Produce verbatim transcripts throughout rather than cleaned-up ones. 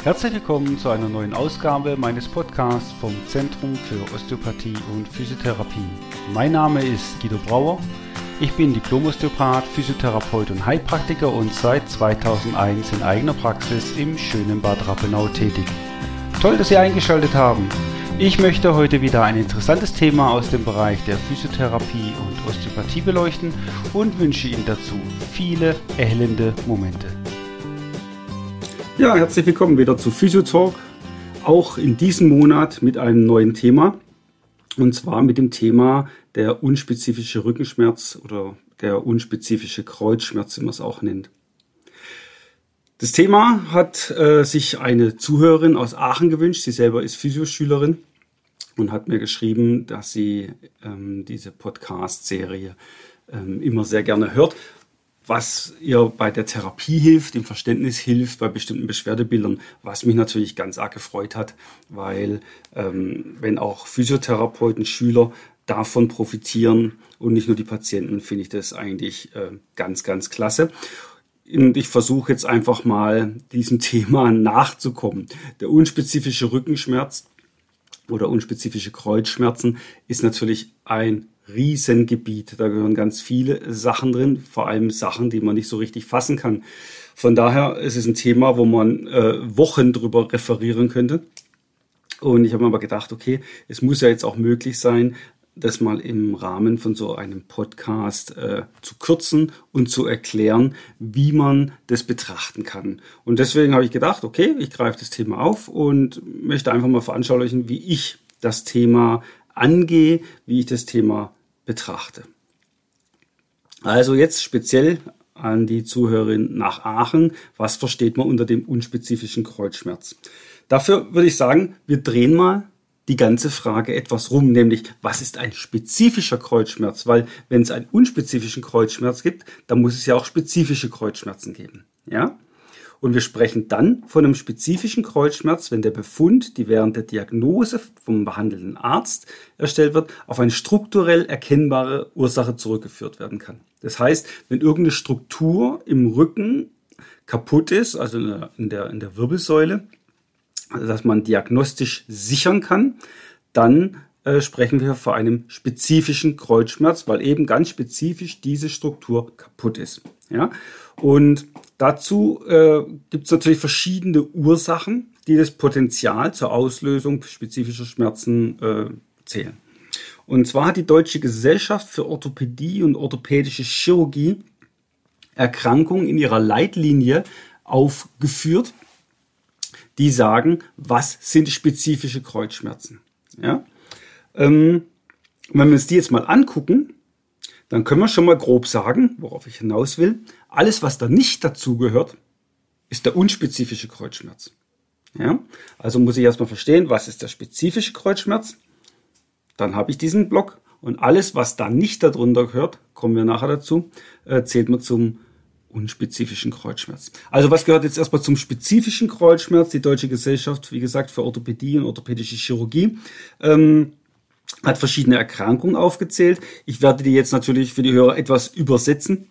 Herzlich willkommen zu einer neuen Ausgabe meines Podcasts vom Zentrum für Osteopathie und Physiotherapie. Mein Name ist Guido Brauer. Ich bin Diplom-Osteopath, Physiotherapeut und Heilpraktiker und seit zweitausendeins in eigener Praxis im schönen Bad Rappenau tätig. Toll, dass Sie eingeschaltet haben. Ich möchte heute wieder ein interessantes Thema aus dem Bereich der Physiotherapie und Osteopathie beleuchten und wünsche Ihnen dazu viele erhellende Momente. Ja, herzlich willkommen wieder zu Physiotalk, auch in diesem Monat mit einem neuen Thema, und zwar mit dem Thema der unspezifische Rückenschmerz oder der unspezifische Kreuzschmerz, wie man es auch nennt. Das Thema hat äh, sich eine Zuhörerin aus Aachen gewünscht. Sie selber ist Physioschülerin und hat mir geschrieben, dass sie ähm, diese Podcast-Serie ähm, immer sehr gerne hört, was ihr bei der Therapie hilft, im Verständnis hilft, bei bestimmten Beschwerdebildern, was mich natürlich ganz arg gefreut hat, weil ähm, wenn auch Physiotherapeuten, Schüler davon profitieren und nicht nur die Patienten, finde ich das eigentlich äh, ganz, ganz klasse. Und ich versuche jetzt einfach mal diesem Thema nachzukommen. Der unspezifische Rückenschmerz oder unspezifische Kreuzschmerzen ist natürlich ein Riesengebiet. Da gehören ganz viele Sachen drin, vor allem Sachen, die man nicht so richtig fassen kann. Von daher ist es ein Thema, wo man äh, Wochen drüber referieren könnte. Und ich habe mir aber gedacht, okay, es muss ja jetzt auch möglich sein, das mal im Rahmen von so einem Podcast äh, zu kürzen und zu erklären, wie man das betrachten kann. Und deswegen habe ich gedacht, okay, ich greife das Thema auf und möchte einfach mal veranschaulichen, wie ich das Thema angehe, wie ich das Thema betrachte. Also jetzt speziell an die Zuhörerin nach Aachen, was versteht man unter dem unspezifischen Kreuzschmerz? Dafür würde ich sagen, wir drehen mal die ganze Frage etwas rum, nämlich was ist ein spezifischer Kreuzschmerz? Weil wenn es einen unspezifischen Kreuzschmerz gibt, dann muss es ja auch spezifische Kreuzschmerzen geben. Ja? Und wir sprechen dann von einem spezifischen Kreuzschmerz, wenn der Befund, die während der Diagnose vom behandelnden Arzt erstellt wird, auf eine strukturell erkennbare Ursache zurückgeführt werden kann. Das heißt, wenn irgendeine Struktur im Rücken kaputt ist, also in der, in der, in der Wirbelsäule, also dass man diagnostisch sichern kann, dann äh, sprechen wir von einem spezifischen Kreuzschmerz, weil eben ganz spezifisch diese Struktur kaputt ist. Ja? Und dazu äh, gibt es natürlich verschiedene Ursachen, die das Potenzial zur Auslösung spezifischer Schmerzen äh, zählen. Und zwar hat die Deutsche Gesellschaft für Orthopädie und orthopädische Chirurgie Erkrankungen in ihrer Leitlinie aufgeführt, die sagen, was sind spezifische Kreuzschmerzen. Ja? Ähm, wenn wir uns die jetzt mal angucken, dann können wir schon mal grob sagen, worauf ich hinaus will, alles, was da nicht dazu gehört, ist der unspezifische Kreuzschmerz. Ja? Also muss ich erstmal verstehen, was ist der spezifische Kreuzschmerz? Dann habe ich diesen Block und alles, was da nicht darunter gehört, kommen wir nachher dazu, äh, zählt man zum unspezifischen Kreuzschmerz. Also was gehört jetzt erstmal zum spezifischen Kreuzschmerz? Die Deutsche Gesellschaft, wie gesagt, für Orthopädie und orthopädische Chirurgie ähm, hat verschiedene Erkrankungen aufgezählt. Ich werde die jetzt natürlich für die Hörer etwas übersetzen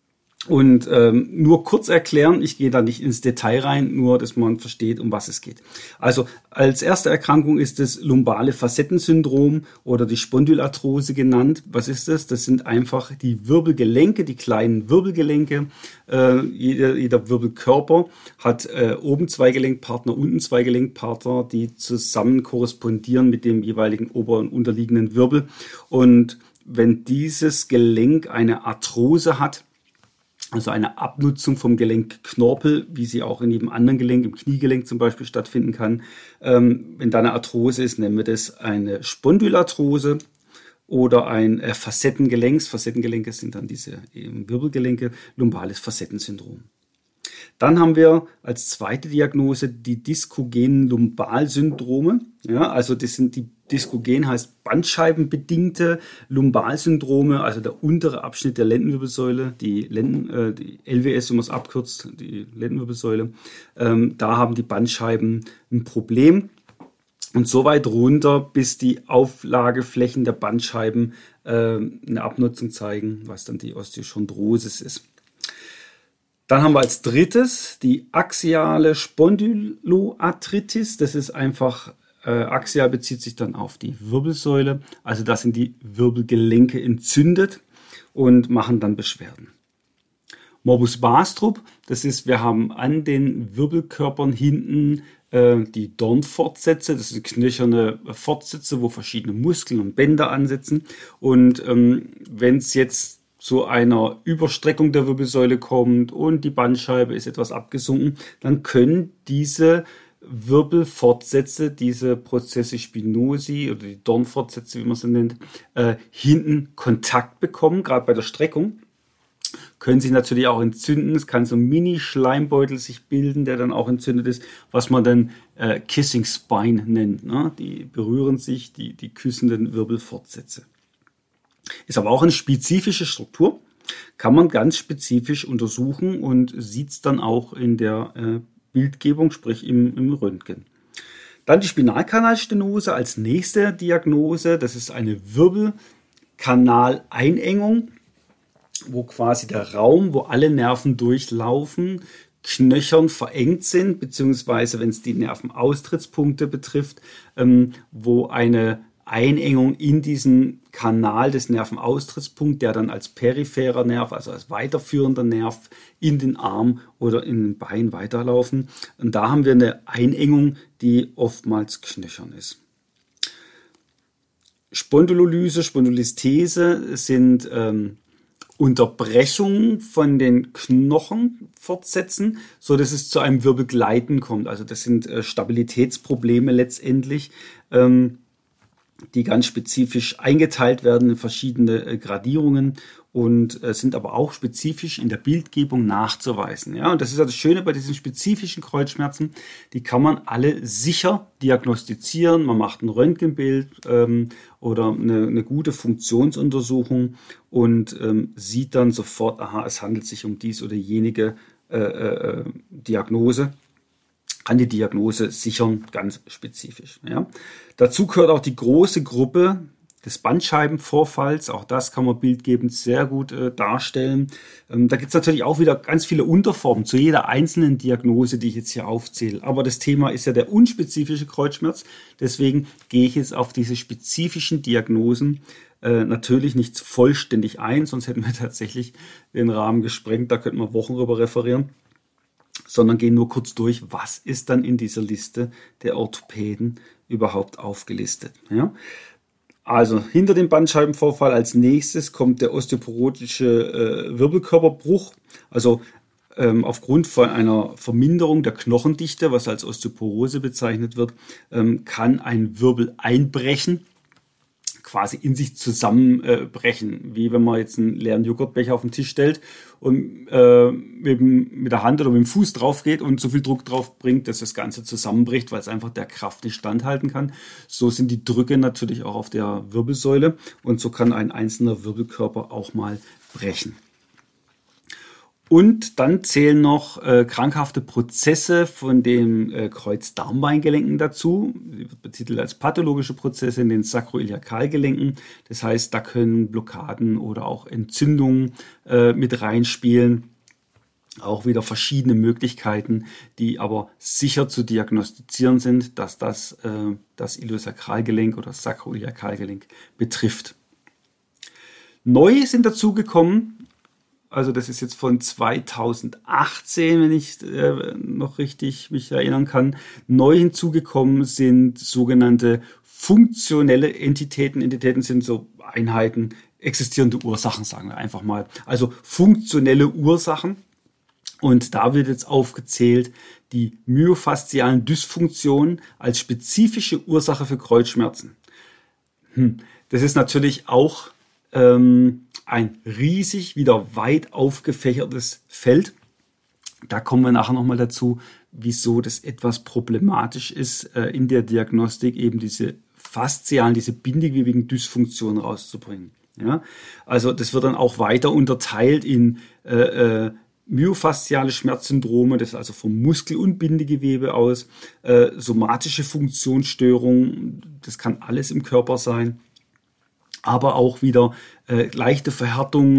und ähm, nur kurz erklären. Ich gehe da nicht ins Detail rein, nur dass man versteht, um was es geht. Also als erste Erkrankung ist das lumbale Facettensyndrom oder die Spondylarthrose genannt. Was ist das? Das sind einfach die Wirbelgelenke, die kleinen Wirbelgelenke. Äh, jeder, jeder Wirbelkörper hat äh, oben zwei Gelenkpartner, unten zwei Gelenkpartner, die zusammen korrespondieren mit dem jeweiligen ober- und unterliegenden Wirbel. Und wenn dieses Gelenk eine Arthrose hat, also eine Abnutzung vom Gelenkknorpel, wie sie auch in jedem anderen Gelenk, im Kniegelenk zum Beispiel stattfinden kann. Ähm, wenn da eine Arthrose ist, nennen wir das eine Spondylarthrose oder ein äh, Facettengelenk. Facettengelenke sind dann diese eben Wirbelgelenke, lumbales Facettensyndrom. Dann haben wir als zweite Diagnose die diskogenen Lumbalsyndrome. Ja, also das sind die Diskogen heißt bandscheibenbedingte Lumbalsyndrome, also der untere Abschnitt der Lendenwirbelsäule, die, Lenden, äh, die L W S, wenn man es abkürzt, die Lendenwirbelsäule. Ähm, da haben die Bandscheiben ein Problem und so weit runter, bis die Auflageflächen der Bandscheiben äh, eine Abnutzung zeigen, was dann die Osteochondrosis ist. Dann haben wir als drittes die axiale Spondyloarthritis. Das ist einfach, äh, axial bezieht sich dann auf die Wirbelsäule. Also da sind die Wirbelgelenke entzündet und machen dann Beschwerden. Morbus Bastrup, das ist, wir haben an den Wirbelkörpern hinten äh, die Dornfortsätze. Das sind knöcherne Fortsätze, wo verschiedene Muskeln und Bänder ansetzen. Und ähm, wenn es jetzt zu einer Überstreckung der Wirbelsäule kommt und die Bandscheibe ist etwas abgesunken, dann können diese Wirbelfortsätze, diese Prozessi spinosi oder die Dornfortsätze, wie man sie nennt, äh, hinten Kontakt bekommen, gerade bei der Streckung. Können sich natürlich auch entzünden. Es kann so ein Mini-Schleimbeutel sich bilden, der dann auch entzündet ist, was man dann äh, Kissing Spine nennt. Ne? Die berühren sich, die, die küssenden Wirbelfortsätze. Ist aber auch eine spezifische Struktur, kann man ganz spezifisch untersuchen und sieht es dann auch in der äh, Bildgebung, sprich im, im Röntgen. Dann die Spinalkanalstenose als nächste Diagnose. Das ist eine Wirbelkanaleinengung, wo quasi der Raum, wo alle Nerven durchlaufen, knöchern verengt sind, beziehungsweise wenn es die Nervenaustrittspunkte betrifft, ähm, wo eine Einengung in diesen Kanal des Nervenaustrittspunkts, der dann als peripherer Nerv, also als weiterführender Nerv in den Arm oder in den Bein weiterlaufen. Und da haben wir eine Einengung, die oftmals knöchern ist. Spondylolyse, Spondylosthese sind ähm, Unterbrechungen von den Knochenfortsätzen, so dass es zu einem Wirbelgleiten kommt. Also das sind äh, Stabilitätsprobleme letztendlich, ähm, die ganz spezifisch eingeteilt werden in verschiedene äh, Gradierungen und äh, sind aber auch spezifisch in der Bildgebung nachzuweisen. Ja, und das ist ja das Schöne bei diesen spezifischen Kreuzschmerzen, die kann man alle sicher diagnostizieren. Man macht ein Röntgenbild ähm, oder eine, eine gute Funktionsuntersuchung und ähm, sieht dann sofort, aha, es handelt sich um dies oder jenige äh, äh, Diagnose. Kann die Diagnose sichern, ganz spezifisch. Ja. Dazu gehört auch die große Gruppe des Bandscheibenvorfalls. Auch das kann man bildgebend sehr gut äh, darstellen. Ähm, da gibt es natürlich auch wieder ganz viele Unterformen zu jeder einzelnen Diagnose, die ich jetzt hier aufzähle. Aber das Thema ist ja der unspezifische Kreuzschmerz. Deswegen gehe ich jetzt auf diese spezifischen Diagnosen äh, natürlich nicht vollständig ein, sonst hätten wir tatsächlich den Rahmen gesprengt. Da könnten wir Wochen drüber referieren. Sondern gehen nur kurz durch, was ist dann in dieser Liste der Orthopäden überhaupt aufgelistet. Ja? Also hinter dem Bandscheibenvorfall als nächstes kommt der osteoporotische äh, Wirbelkörperbruch, also ähm, aufgrund von einer Verminderung der Knochendichte, was als Osteoporose bezeichnet wird, ähm, kann ein Wirbel einbrechen, quasi in sich zusammenbrechen, wie wenn man jetzt einen leeren Joghurtbecher auf den Tisch stellt und äh, mit, dem, mit der Hand oder mit dem Fuß drauf geht und so viel Druck drauf bringt, dass das Ganze zusammenbricht, weil es einfach der Kraft nicht standhalten kann. So sind die Drücke natürlich auch auf der Wirbelsäule und so kann ein einzelner Wirbelkörper auch mal brechen. Und dann zählen noch äh, krankhafte Prozesse von den äh, Kreuz-Darm-Beingelenken dazu. Die wird betitelt als pathologische Prozesse in den Sakroiliakalgelenken. Das heißt, da können Blockaden oder auch Entzündungen äh, mit reinspielen. Auch wieder verschiedene Möglichkeiten, die aber sicher zu diagnostizieren sind, dass das äh, das Iliosakralgelenk oder das Sakroiliakalgelenk betrifft. Neu sind dazugekommen, also das ist jetzt von zweitausendachtzehn, wenn ich äh, noch richtig mich erinnern kann. Neu hinzugekommen sind sogenannte funktionelle Entitäten. Entitäten sind so Einheiten, existierende Ursachen, sagen wir einfach mal. Also funktionelle Ursachen. Und da wird jetzt aufgezählt die myofaszialen Dysfunktionen als spezifische Ursache für Kreuzschmerzen. Hm. Das ist natürlich auch ähm, ein riesig, wieder weit aufgefächertes Feld. Da kommen wir nachher nochmal dazu, wieso das etwas problematisch ist, äh, in der Diagnostik eben diese faszialen, diese bindegewebigen Dysfunktionen rauszubringen. Ja? Also das wird dann auch weiter unterteilt in äh, äh, myofasziale Schmerzsyndrome, das ist also vom Muskel- und Bindegewebe aus, äh, somatische Funktionsstörungen, das kann alles im Körper sein. Aber auch wieder äh, leichte Verhärtungen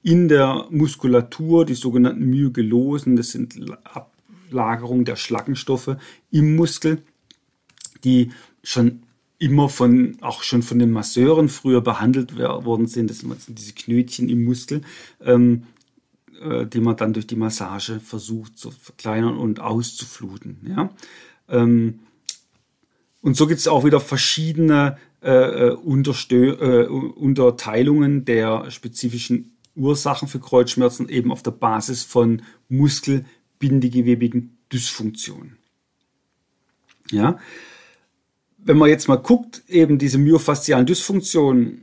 in der Muskulatur, die sogenannten Myogelosen, das sind Ablagerungen der Schlackenstoffe im Muskel, die schon immer von, auch schon von den Masseuren früher behandelt worden sind. Das sind diese Knötchen im Muskel, ähm, äh, die man dann durch die Massage versucht zu verkleinern und auszufluten. Ja? Ähm, und so gibt es auch wieder verschiedene äh, Unterstö- äh, Unterteilungen der spezifischen Ursachen für Kreuzschmerzen, eben auf der Basis von muskelbindegewebigen Dysfunktionen. Ja? Wenn man jetzt mal guckt, eben diese myofaszialen Dysfunktionen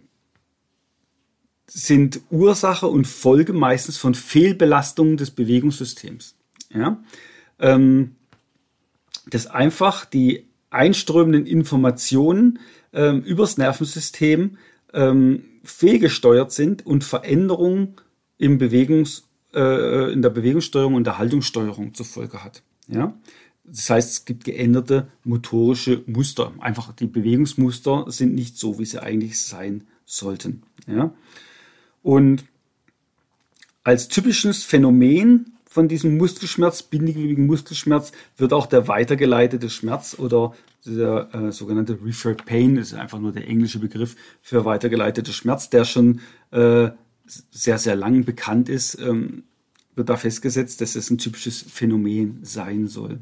sind Ursache und Folge meistens von Fehlbelastungen des Bewegungssystems. Ja? Ähm, dass einfach die einströmenden Informationen ähm, übers Nervensystem ähm, fehlgesteuert sind und Veränderungen im Bewegungs, äh, in der Bewegungssteuerung und der Haltungssteuerung zur Folge hat. Ja? Das heißt, es gibt geänderte motorische Muster. Einfach die Bewegungsmuster sind nicht so, wie sie eigentlich sein sollten. Ja? Und als typisches Phänomen von diesem Muskelschmerz, bindegewebigen Muskelschmerz, wird auch der weitergeleitete Schmerz oder der äh, sogenannte Referred Pain, das ist einfach nur der englische Begriff für weitergeleitete Schmerz, der schon äh, sehr, sehr lang bekannt ist, ähm, wird da festgesetzt, dass es ein typisches Phänomen sein soll.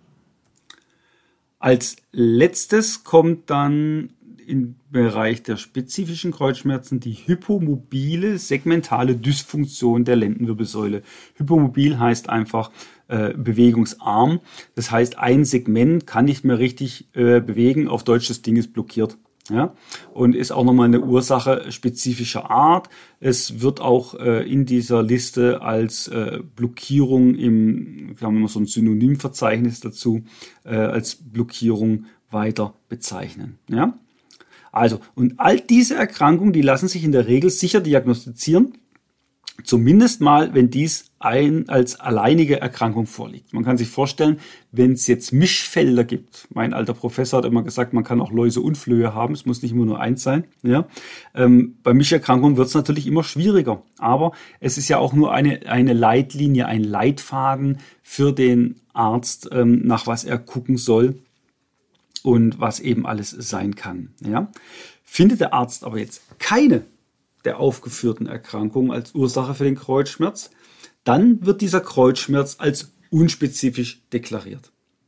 Als letztes kommt dann im Bereich der spezifischen Kreuzschmerzen die hypomobile segmentale Dysfunktion der Lendenwirbelsäule. Hypomobil heißt einfach äh, bewegungsarm. Das heißt, ein Segment kann nicht mehr richtig äh, bewegen. Auf Deutsch, das Ding ist blockiert. Ja? Und ist auch nochmal eine Ursache spezifischer Art. Es wird auch äh, in dieser Liste als äh, Blockierung im, wir haben immer so ein Synonymverzeichnis dazu, äh, als Blockierung weiter bezeichnen. Ja? Also, und all diese Erkrankungen, die lassen sich in der Regel sicher diagnostizieren, zumindest mal, wenn dies ein, als alleinige Erkrankung vorliegt. Man kann sich vorstellen, wenn es jetzt Mischfelder gibt, mein alter Professor hat immer gesagt, man kann auch Läuse und Flöhe haben, es muss nicht immer nur eins sein. Ja? Ähm, bei Mischerkrankungen wird es natürlich immer schwieriger, aber es ist ja auch nur eine, eine Leitlinie, ein Leitfaden für den Arzt, ähm, nach was er gucken soll und was eben alles sein kann. Ja? Findet der Arzt aber jetzt keine der aufgeführten Erkrankungen als Ursache für den Kreuzschmerz, dann wird dieser Kreuzschmerz als unspezifisch deklariert.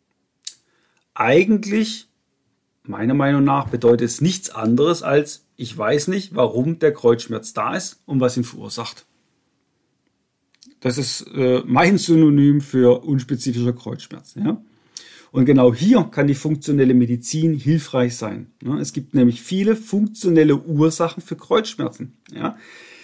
Eigentlich, meiner Meinung nach, bedeutet es nichts anderes als, ich weiß nicht, warum der Kreuzschmerz da ist und was ihn verursacht. Das ist äh, mein Synonym für unspezifischer Kreuzschmerz. Ja? Und genau hier kann die funktionelle Medizin hilfreich sein. Es gibt nämlich viele funktionelle Ursachen für Kreuzschmerzen. Ja.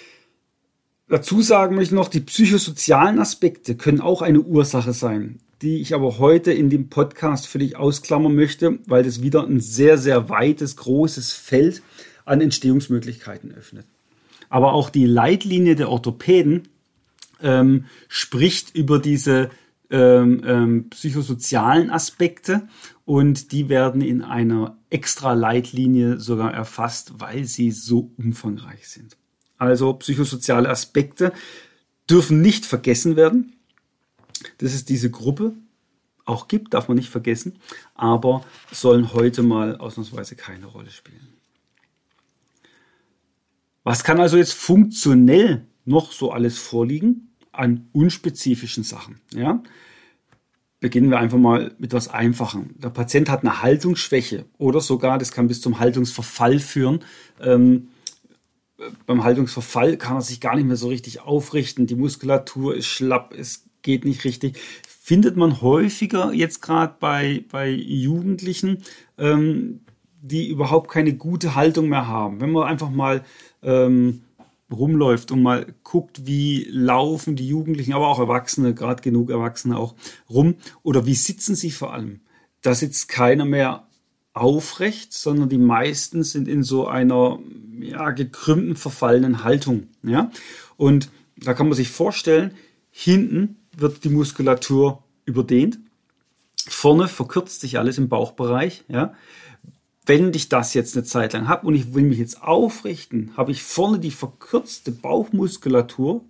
Dazu sagen möchte ich noch, die psychosozialen Aspekte können auch eine Ursache sein, die ich aber heute in dem Podcast für dich ausklammern möchte, weil das wieder ein sehr, sehr weites, großes Feld an Entstehungsmöglichkeiten öffnet. Aber auch die Leitlinie der Orthopäden ähm, spricht über diese Ähm, ähm, psychosozialen Aspekte und die werden in einer extra Leitlinie sogar erfasst, weil sie so umfangreich sind. Also psychosoziale Aspekte dürfen nicht vergessen werden, dass es diese Gruppe auch gibt, darf man nicht vergessen, aber sollen heute mal ausnahmsweise keine Rolle spielen. Was kann also jetzt funktionell noch so alles vorliegen an unspezifischen Sachen? Ja? Beginnen wir einfach mal mit etwas Einfachem. Der Patient hat eine Haltungsschwäche oder sogar, das kann bis zum Haltungsverfall führen. Ähm, beim Haltungsverfall kann er sich gar nicht mehr so richtig aufrichten. Die Muskulatur ist schlapp, es geht nicht richtig. Findet man häufiger jetzt gerade bei, bei Jugendlichen, ähm, die überhaupt keine gute Haltung mehr haben. Wenn man einfach mal ähm, rumläuft und mal guckt, wie laufen die Jugendlichen, aber auch Erwachsene, gerade genug Erwachsene auch rum, oder wie sitzen sie vor allem. Da sitzt keiner mehr aufrecht, sondern die meisten sind in so einer ja, gekrümmten, verfallenen Haltung. Ja? Und da kann man sich vorstellen, hinten wird die Muskulatur überdehnt, vorne verkürzt sich alles im Bauchbereich. Ja? Wenn ich das jetzt eine Zeit lang habe und ich will mich jetzt aufrichten, habe ich vorne die verkürzte Bauchmuskulatur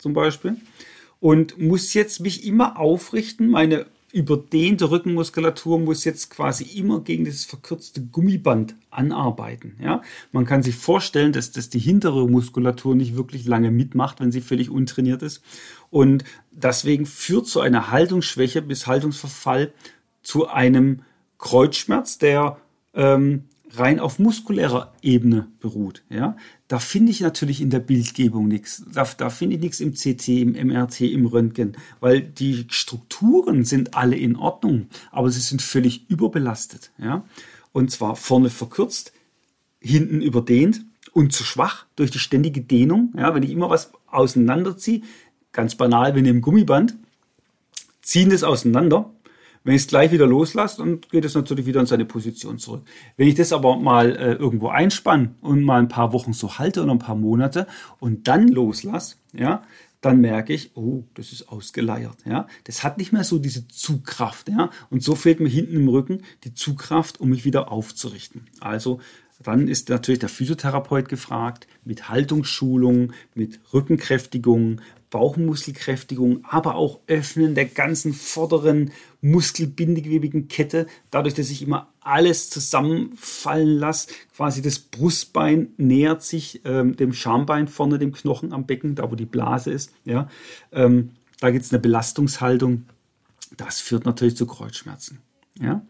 zum Beispiel und muss jetzt mich immer aufrichten. Meine überdehnte Rückenmuskulatur muss jetzt quasi immer gegen das verkürzte Gummiband anarbeiten. Ja? Man kann sich vorstellen, dass das die hintere Muskulatur nicht wirklich lange mitmacht, wenn sie völlig untrainiert ist. Und deswegen führt so eine Haltungsschwäche bis Haltungsverfall zu einem Kreuzschmerz, der ähm, rein auf muskulärer Ebene beruht. Ja? Da finde ich natürlich in der Bildgebung nichts. Da, da finde ich nichts im C T, im M R T, im Röntgen, weil die Strukturen sind alle in Ordnung, aber sie sind völlig überbelastet. Ja? Und zwar vorne verkürzt, hinten überdehnt und zu schwach durch die ständige Dehnung. Ja? Wenn ich immer was auseinanderziehe, ganz banal, wir nehmen Gummiband, ziehen das auseinander. Wenn ich es gleich wieder loslasse, dann geht es natürlich wieder in seine Position zurück. Wenn ich das aber mal äh, irgendwo einspanne und mal ein paar Wochen so halte oder ein paar Monate und dann loslasse, ja, dann merke ich, oh, das ist ausgeleiert. Ja. Das hat nicht mehr so diese Zugkraft. Ja. Und so fehlt mir hinten im Rücken die Zugkraft, um mich wieder aufzurichten. Also dann ist natürlich der Physiotherapeut gefragt mit Haltungsschulung, mit Rückenkräftigung, Bauchmuskelkräftigung, aber auch Öffnen der ganzen vorderen muskelbindegewebigen Kette, dadurch, dass ich immer alles zusammenfallen lasse. Quasi das Brustbein nähert sich ähm, dem Schambein vorne, dem Knochen am Becken, da wo die Blase ist. Ja, ähm, da gibt es eine Belastungshaltung. Das führt natürlich zu Kreuzschmerzen. Ja.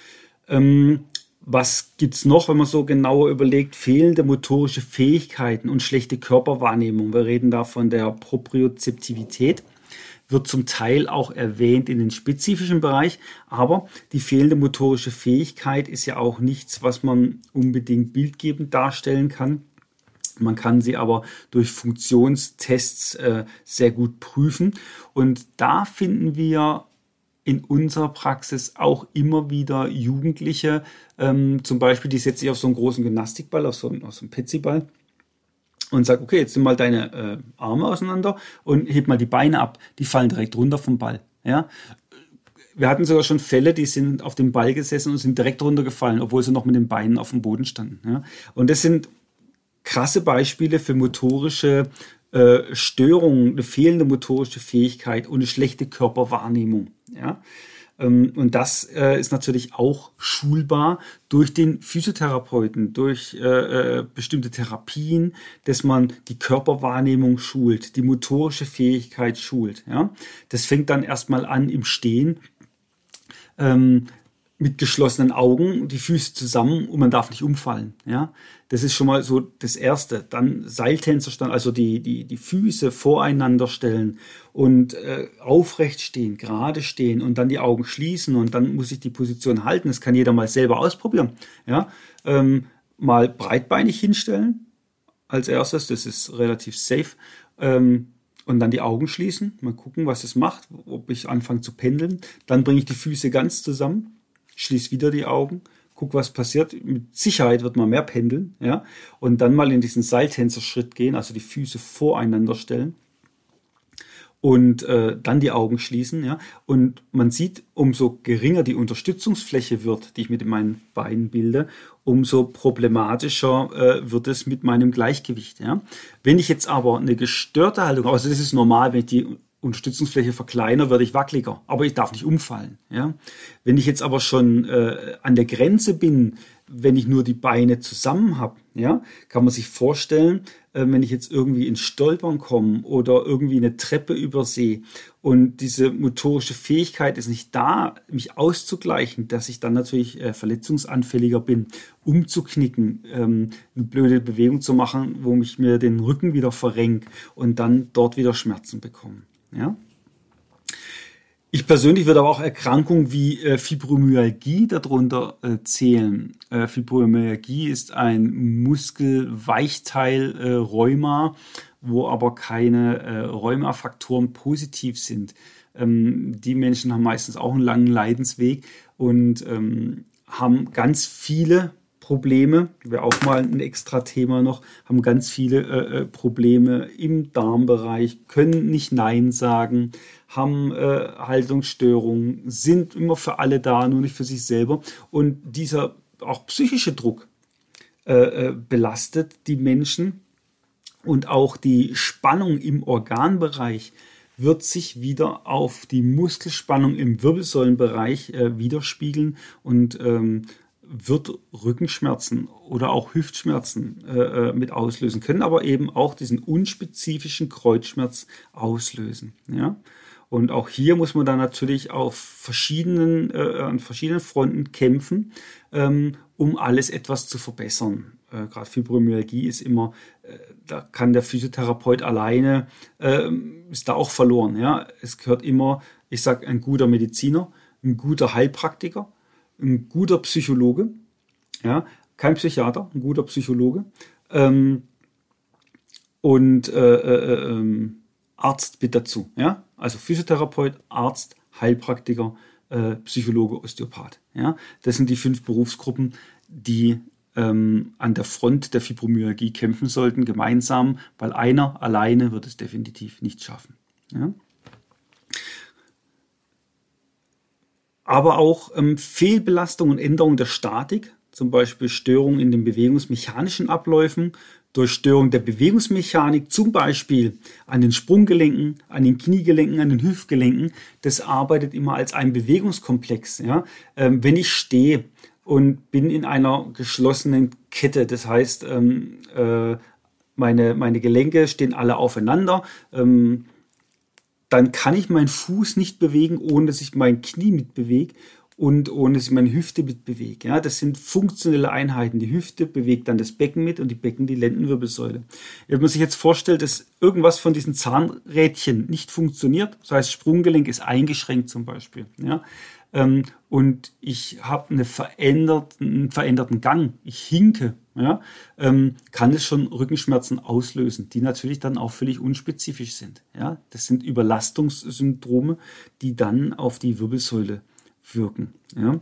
Ähm, Was gibt's noch, wenn man so genauer überlegt? Fehlende motorische Fähigkeiten und schlechte Körperwahrnehmung. Wir reden da von der Propriozeptivität. Wird zum Teil auch erwähnt in den spezifischen Bereich, aber die fehlende motorische Fähigkeit ist ja auch nichts, was man unbedingt bildgebend darstellen kann. Man kann sie aber durch Funktionstests äh, sehr gut prüfen. Und da finden wir in unserer Praxis auch immer wieder Jugendliche, ähm, zum Beispiel, die setze ich auf so einen großen Gymnastikball, auf so einen, auf so einen Petsyball und sage, okay, jetzt nimm mal deine äh, Arme auseinander und heb mal die Beine ab. Die fallen direkt runter vom Ball. Ja? Wir hatten sogar schon Fälle, die sind auf dem Ball gesessen und sind direkt runtergefallen, obwohl sie noch mit den Beinen auf dem Boden standen. Ja? Und das sind krasse Beispiele für motorische äh, Störungen, eine fehlende motorische Fähigkeit und eine schlechte Körperwahrnehmung. Ja? Ähm, und das äh, ist natürlich auch schulbar durch den Physiotherapeuten, durch äh, äh, bestimmte Therapien, dass man die Körperwahrnehmung schult, die motorische Fähigkeit schult. Ja? Das fängt dann erstmal an im Stehen, ähm, mit geschlossenen Augen, die Füße zusammen und man darf nicht umfallen. Ja, das ist schon mal so das Erste. Dann Seiltänzerstand, also die, die, die Füße voreinander stellen und äh, aufrecht stehen, gerade stehen und dann die Augen schließen und dann muss ich die Position halten. Das kann jeder mal selber ausprobieren. Ja, ähm, mal breitbeinig hinstellen als erstes, das ist relativ safe. Ähm, Und dann die Augen schließen, mal gucken, was es macht, ob ich anfange zu pendeln. Dann bringe ich die Füße ganz zusammen. Schließ wieder die Augen, guck, was passiert. Mit Sicherheit wird man mehr pendeln, ja. Und dann mal in diesen Seiltänzerschritt gehen, also die Füße voreinander stellen und äh, dann die Augen schließen, ja. Und man sieht, umso geringer die Unterstützungsfläche wird, die ich mit meinen Beinen bilde, umso problematischer äh, wird es mit meinem Gleichgewicht, ja. Wenn ich jetzt aber eine gestörte Haltung, also das ist normal, wenn ich die Unterstützungsfläche verkleinere, werde ich wackeliger, aber ich darf nicht umfallen. Ja? Wenn ich jetzt aber schon äh, an der Grenze bin, wenn ich nur die Beine zusammen habe, ja, kann man sich vorstellen, äh, wenn ich jetzt irgendwie ins Stolpern komme oder irgendwie eine Treppe übersehe und diese motorische Fähigkeit ist nicht da, mich auszugleichen, dass ich dann natürlich äh, verletzungsanfälliger bin, umzuknicken, ähm, eine blöde Bewegung zu machen, wo ich mir den Rücken wieder verrenke und dann dort wieder Schmerzen bekomme. Ja? Ich persönlich würde aber auch Erkrankungen wie äh, Fibromyalgie darunter äh, zählen. Äh, Fibromyalgie ist ein Muskelweichteil-Rheuma, äh, wo aber keine äh, Rheumafaktoren positiv sind. Ähm, die Menschen haben meistens auch einen langen Leidensweg und ähm, haben ganz viele Probleme, wäre auch mal ein extra Thema noch, haben ganz viele äh, Probleme im Darmbereich, können nicht Nein sagen, haben äh, Haltungsstörungen, sind immer für alle da, nur nicht für sich selber. Und dieser auch psychische Druck äh, äh, belastet die Menschen Und auch die Spannung im Organbereich wird sich wieder auf die Muskelspannung im Wirbelsäulenbereich äh, widerspiegeln und ähm, wird Rückenschmerzen oder auch Hüftschmerzen äh, mit auslösen, können aber eben auch diesen unspezifischen Kreuzschmerz auslösen. Ja? Und auch hier muss man dann natürlich auf verschiedenen, äh, an verschiedenen Fronten kämpfen, ähm, um alles etwas zu verbessern. Äh, Gerade Fibromyalgie ist immer, äh, da kann der Physiotherapeut alleine, äh, ist da auch verloren. Ja? Es gehört immer, ich sage, ein guter Mediziner, ein guter Heilpraktiker, ein guter Psychologe, ja, kein Psychiater, ein guter Psychologe ähm, und äh, äh, äh, Arzt mit dazu. Ja? Also Physiotherapeut, Arzt, Heilpraktiker, äh, Psychologe, Osteopath. Ja? Das sind die fünf Berufsgruppen, die ähm, an der Front der Fibromyalgie kämpfen sollten, gemeinsam, weil einer alleine wird es definitiv nicht schaffen. Ja? Aber auch ähm, Fehlbelastung und Änderung der Statik, zum Beispiel Störungen in den bewegungsmechanischen Abläufen, durch Störung der Bewegungsmechanik, zum Beispiel an den Sprunggelenken, an den Kniegelenken, an den Hüftgelenken, das arbeitet immer als ein Bewegungskomplex. Ja? Ähm, wenn ich stehe und bin in einer geschlossenen Kette, das heißt, ähm, äh, meine, meine Gelenke stehen alle aufeinander, ähm, dann kann ich meinen Fuß nicht bewegen, ohne dass ich mein Knie mitbewege und ohne dass ich meine Hüfte mitbewege. Ja, das sind funktionelle Einheiten. Die Hüfte bewegt dann das Becken mit und die Becken die Lendenwirbelsäule. Wenn man sich jetzt vorstellt, dass irgendwas von diesen Zahnrädchen nicht funktioniert, das heißt Sprunggelenk ist eingeschränkt zum Beispiel, ja, ähm, und ich habe eine veränderten, einen veränderten Gang, ich hinke, ja, ähm, kann es schon Rückenschmerzen auslösen, die natürlich dann auch völlig unspezifisch sind. Ja? Das sind Überlastungssyndrome, die dann auf die Wirbelsäule wirken. Ja?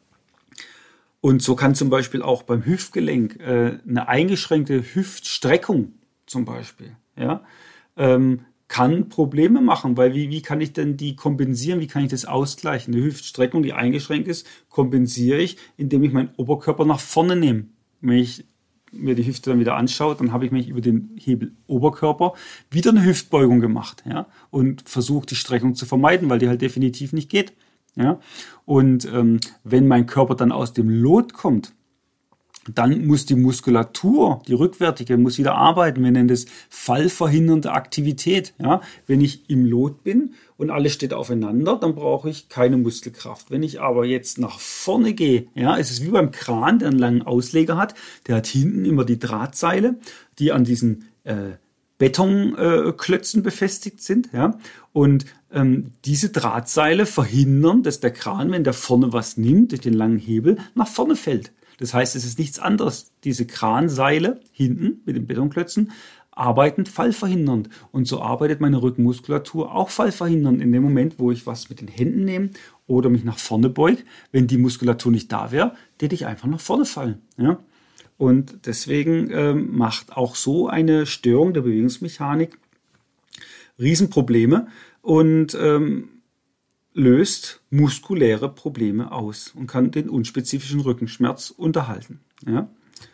Und so kann zum Beispiel auch beim Hüftgelenk äh, eine eingeschränkte Hüftstreckung zum Beispiel, ja, ähm, kann Probleme machen, weil wie, wie kann ich denn die kompensieren, wie kann ich das ausgleichen? Eine Hüftstreckung, die eingeschränkt ist, kompensiere ich, indem ich meinen Oberkörper nach vorne nehme. Wenn ich mir die Hüfte dann wieder anschaue, dann habe ich mich über den Hebel Oberkörper wieder eine Hüftbeugung gemacht, ja, und versucht, die Streckung zu vermeiden, weil die halt definitiv nicht geht. Ja. Und ähm, wenn mein Körper dann aus dem Lot kommt, dann muss die Muskulatur, die rückwärtige, muss wieder arbeiten. Wir nennen das fallverhindernde Aktivität. Ja? Wenn ich im Lot bin und alles steht aufeinander, dann brauche ich keine Muskelkraft. Wenn ich aber jetzt nach vorne gehe, ja, es ist wie beim Kran, der einen langen Ausleger hat, der hat hinten immer die Drahtseile, die an diesen äh, Betonklötzen äh, befestigt sind. Ja? Und ähm, diese Drahtseile verhindern, dass der Kran, wenn der vorne was nimmt, durch den langen Hebel, nach vorne fällt. Das heißt, es ist nichts anderes. Diese Kranseile hinten mit den Betonklötzen arbeiten fallverhindernd. Und so arbeitet meine Rückenmuskulatur auch fallverhindernd in dem Moment, wo ich was mit den Händen nehme oder mich nach vorne beuge. Wenn die Muskulatur nicht da wäre, würde ich einfach nach vorne fallen. Ja? Und deswegen ähm, macht auch so eine Störung der Bewegungsmechanik Riesenprobleme und ähm, löst muskuläre Probleme aus und kann den unspezifischen Rückenschmerz unterhalten. Ja?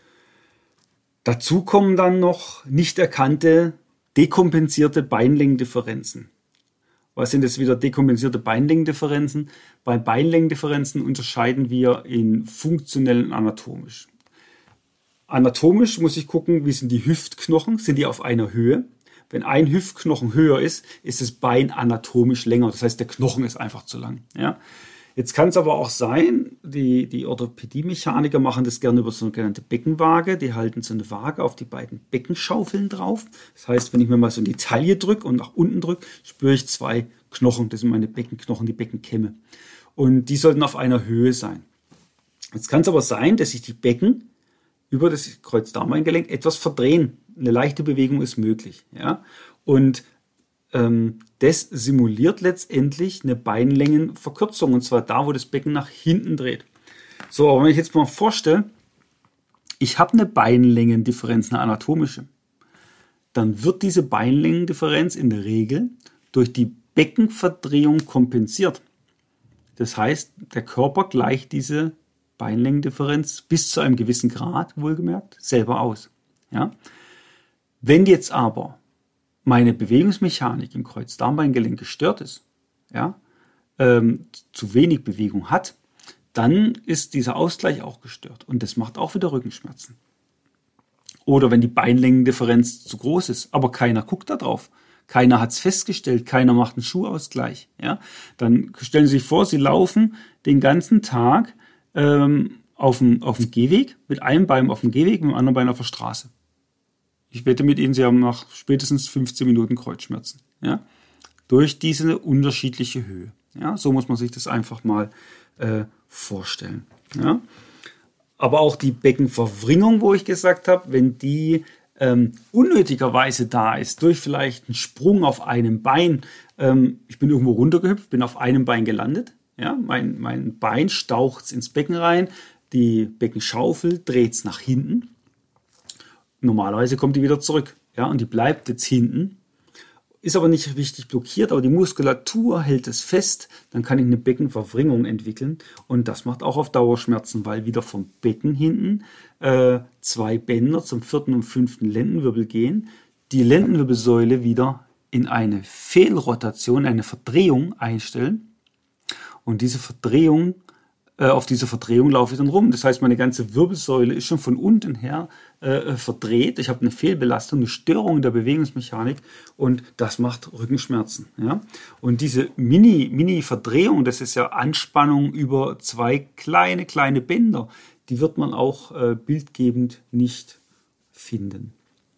Dazu kommen dann noch nicht erkannte dekompensierte Beinlängendifferenzen. Was sind jetzt wieder dekompensierte Beinlängendifferenzen? Bei Beinlängendifferenzen unterscheiden wir in funktionell und anatomisch. Anatomisch muss ich gucken, wie sind die Hüftknochen, sind die auf einer Höhe? Wenn ein Hüftknochen höher ist, ist das Bein anatomisch länger. Das heißt, der Knochen ist einfach zu lang. Ja? Jetzt kann es aber auch sein, die, die Orthopädie-Mechaniker machen das gerne über so eine sogenannte Beckenwaage. Die halten so eine Waage auf die beiden Beckenschaufeln drauf. Das heißt, wenn ich mir mal so in die Taille drücke und nach unten drücke, spüre ich zwei Knochen. Das sind meine Beckenknochen, die Beckenkämme. Und die sollten auf einer Höhe sein. Jetzt kann es aber sein, dass sich die Becken über das Kreuzdarmbeingelenk etwas verdrehen. Eine leichte Bewegung ist möglich. Ja? Und ähm, das simuliert letztendlich eine Beinlängenverkürzung. Und zwar da, wo das Becken nach hinten dreht. So, aber wenn ich jetzt mal vorstelle, ich habe eine Beinlängendifferenz, eine anatomische, dann wird diese Beinlängendifferenz in der Regel durch die Beckenverdrehung kompensiert. Das heißt, der Körper gleicht diese Beinlängendifferenz bis zu einem gewissen Grad, wohlgemerkt, selber aus. Ja? Wenn jetzt aber meine Bewegungsmechanik im Kreuzdarmbeingelenk gestört ist, ja, ähm, zu wenig Bewegung hat, dann ist dieser Ausgleich auch gestört und das macht auch wieder Rückenschmerzen. Oder wenn die Beinlängendifferenz zu groß ist, aber keiner guckt da drauf, keiner hat es festgestellt, keiner macht einen Schuhausgleich, ja, dann stellen Sie sich vor, Sie laufen den ganzen Tag ähm, auf dem, auf dem Gehweg, mit einem Bein auf dem Gehweg, mit dem anderen Bein auf der Straße. Ich wette mit Ihnen, Sie haben nach spätestens fünfzehn Minuten Kreuzschmerzen, ja, durch diese unterschiedliche Höhe. Ja, so muss man sich das einfach mal äh, vorstellen. Ja. Aber auch die Beckenverwringung, wo ich gesagt habe, wenn die ähm, unnötigerweise da ist, durch vielleicht einen Sprung auf einem Bein, ähm, ich bin irgendwo runtergehüpft, bin auf einem Bein gelandet, ja, mein, mein Bein staucht ins Becken rein, die Beckenschaufel dreht es nach hinten. Normalerweise kommt die wieder zurück, ja, und die bleibt jetzt hinten. Ist aber nicht richtig blockiert, aber die Muskulatur hält es fest, dann kann ich eine Beckenverwringung entwickeln und das macht auch auf Dauer Schmerzen, weil wieder vom Becken hinten äh, zwei Bänder zum vierten und fünften Lendenwirbel gehen, die Lendenwirbelsäule wieder in eine Fehlrotation, eine Verdrehung einstellen und diese Verdrehung, äh, auf diese Verdrehung laufe ich dann rum. Das heißt, meine ganze Wirbelsäule ist schon von unten her äh, verdreht. Ich habe eine Fehlbelastung, eine Störung der Bewegungsmechanik und das macht Rückenschmerzen. Ja? Und diese Mini, Mini-Verdrehung, das ist ja Anspannung über zwei kleine, kleine Bänder, die wird man auch äh, bildgebend nicht finden.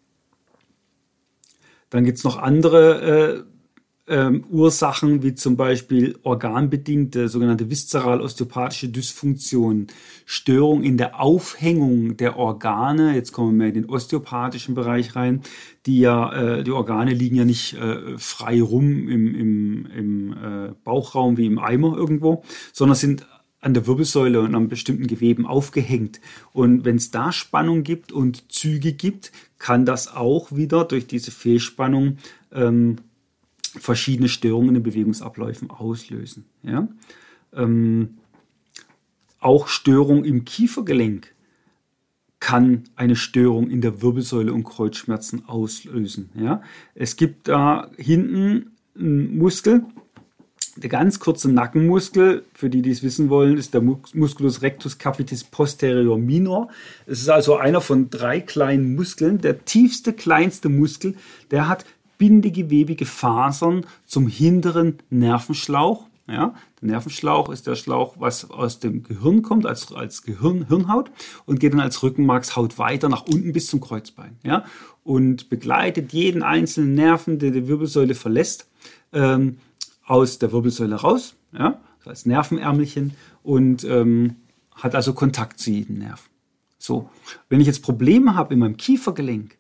Dann gibt es noch andere äh, Ähm, Ursachen wie zum Beispiel organbedingte, sogenannte viszeral-osteopathische Dysfunktion, Störung in der Aufhängung der Organe, jetzt kommen wir mehr in den osteopathischen Bereich rein, die ja, äh, die Organe liegen ja nicht äh, frei rum im, im, im äh, Bauchraum wie im Eimer irgendwo, sondern sind an der Wirbelsäule und an bestimmten Geweben aufgehängt. Und wenn es da Spannung gibt und Züge gibt, kann das auch wieder durch diese Fehlspannung ähm, verschiedene Störungen in den Bewegungsabläufen auslösen. Ja? Ähm, auch Störung im Kiefergelenk kann eine Störung in der Wirbelsäule und Kreuzschmerzen auslösen. Ja? Es gibt da hinten einen Muskel, der ganz kurze Nackenmuskel, für die, die es wissen wollen, ist der Musculus rectus capitis posterior minor. Es ist also einer von drei kleinen Muskeln, der tiefste, kleinste Muskel, der hat bindegewebige Fasern zum hinteren Nervenschlauch. Ja, der Nervenschlauch ist der Schlauch, was aus dem Gehirn kommt, als, als Gehirn, Hirnhaut und geht dann als Rückenmarkshaut weiter nach unten bis zum Kreuzbein. Ja, und begleitet jeden einzelnen Nerven, der die Wirbelsäule verlässt, ähm, aus der Wirbelsäule raus, ja, als Nervenärmelchen und ähm, hat also Kontakt zu jedem Nerv. So, wenn ich jetzt Probleme habe in meinem Kiefergelenk,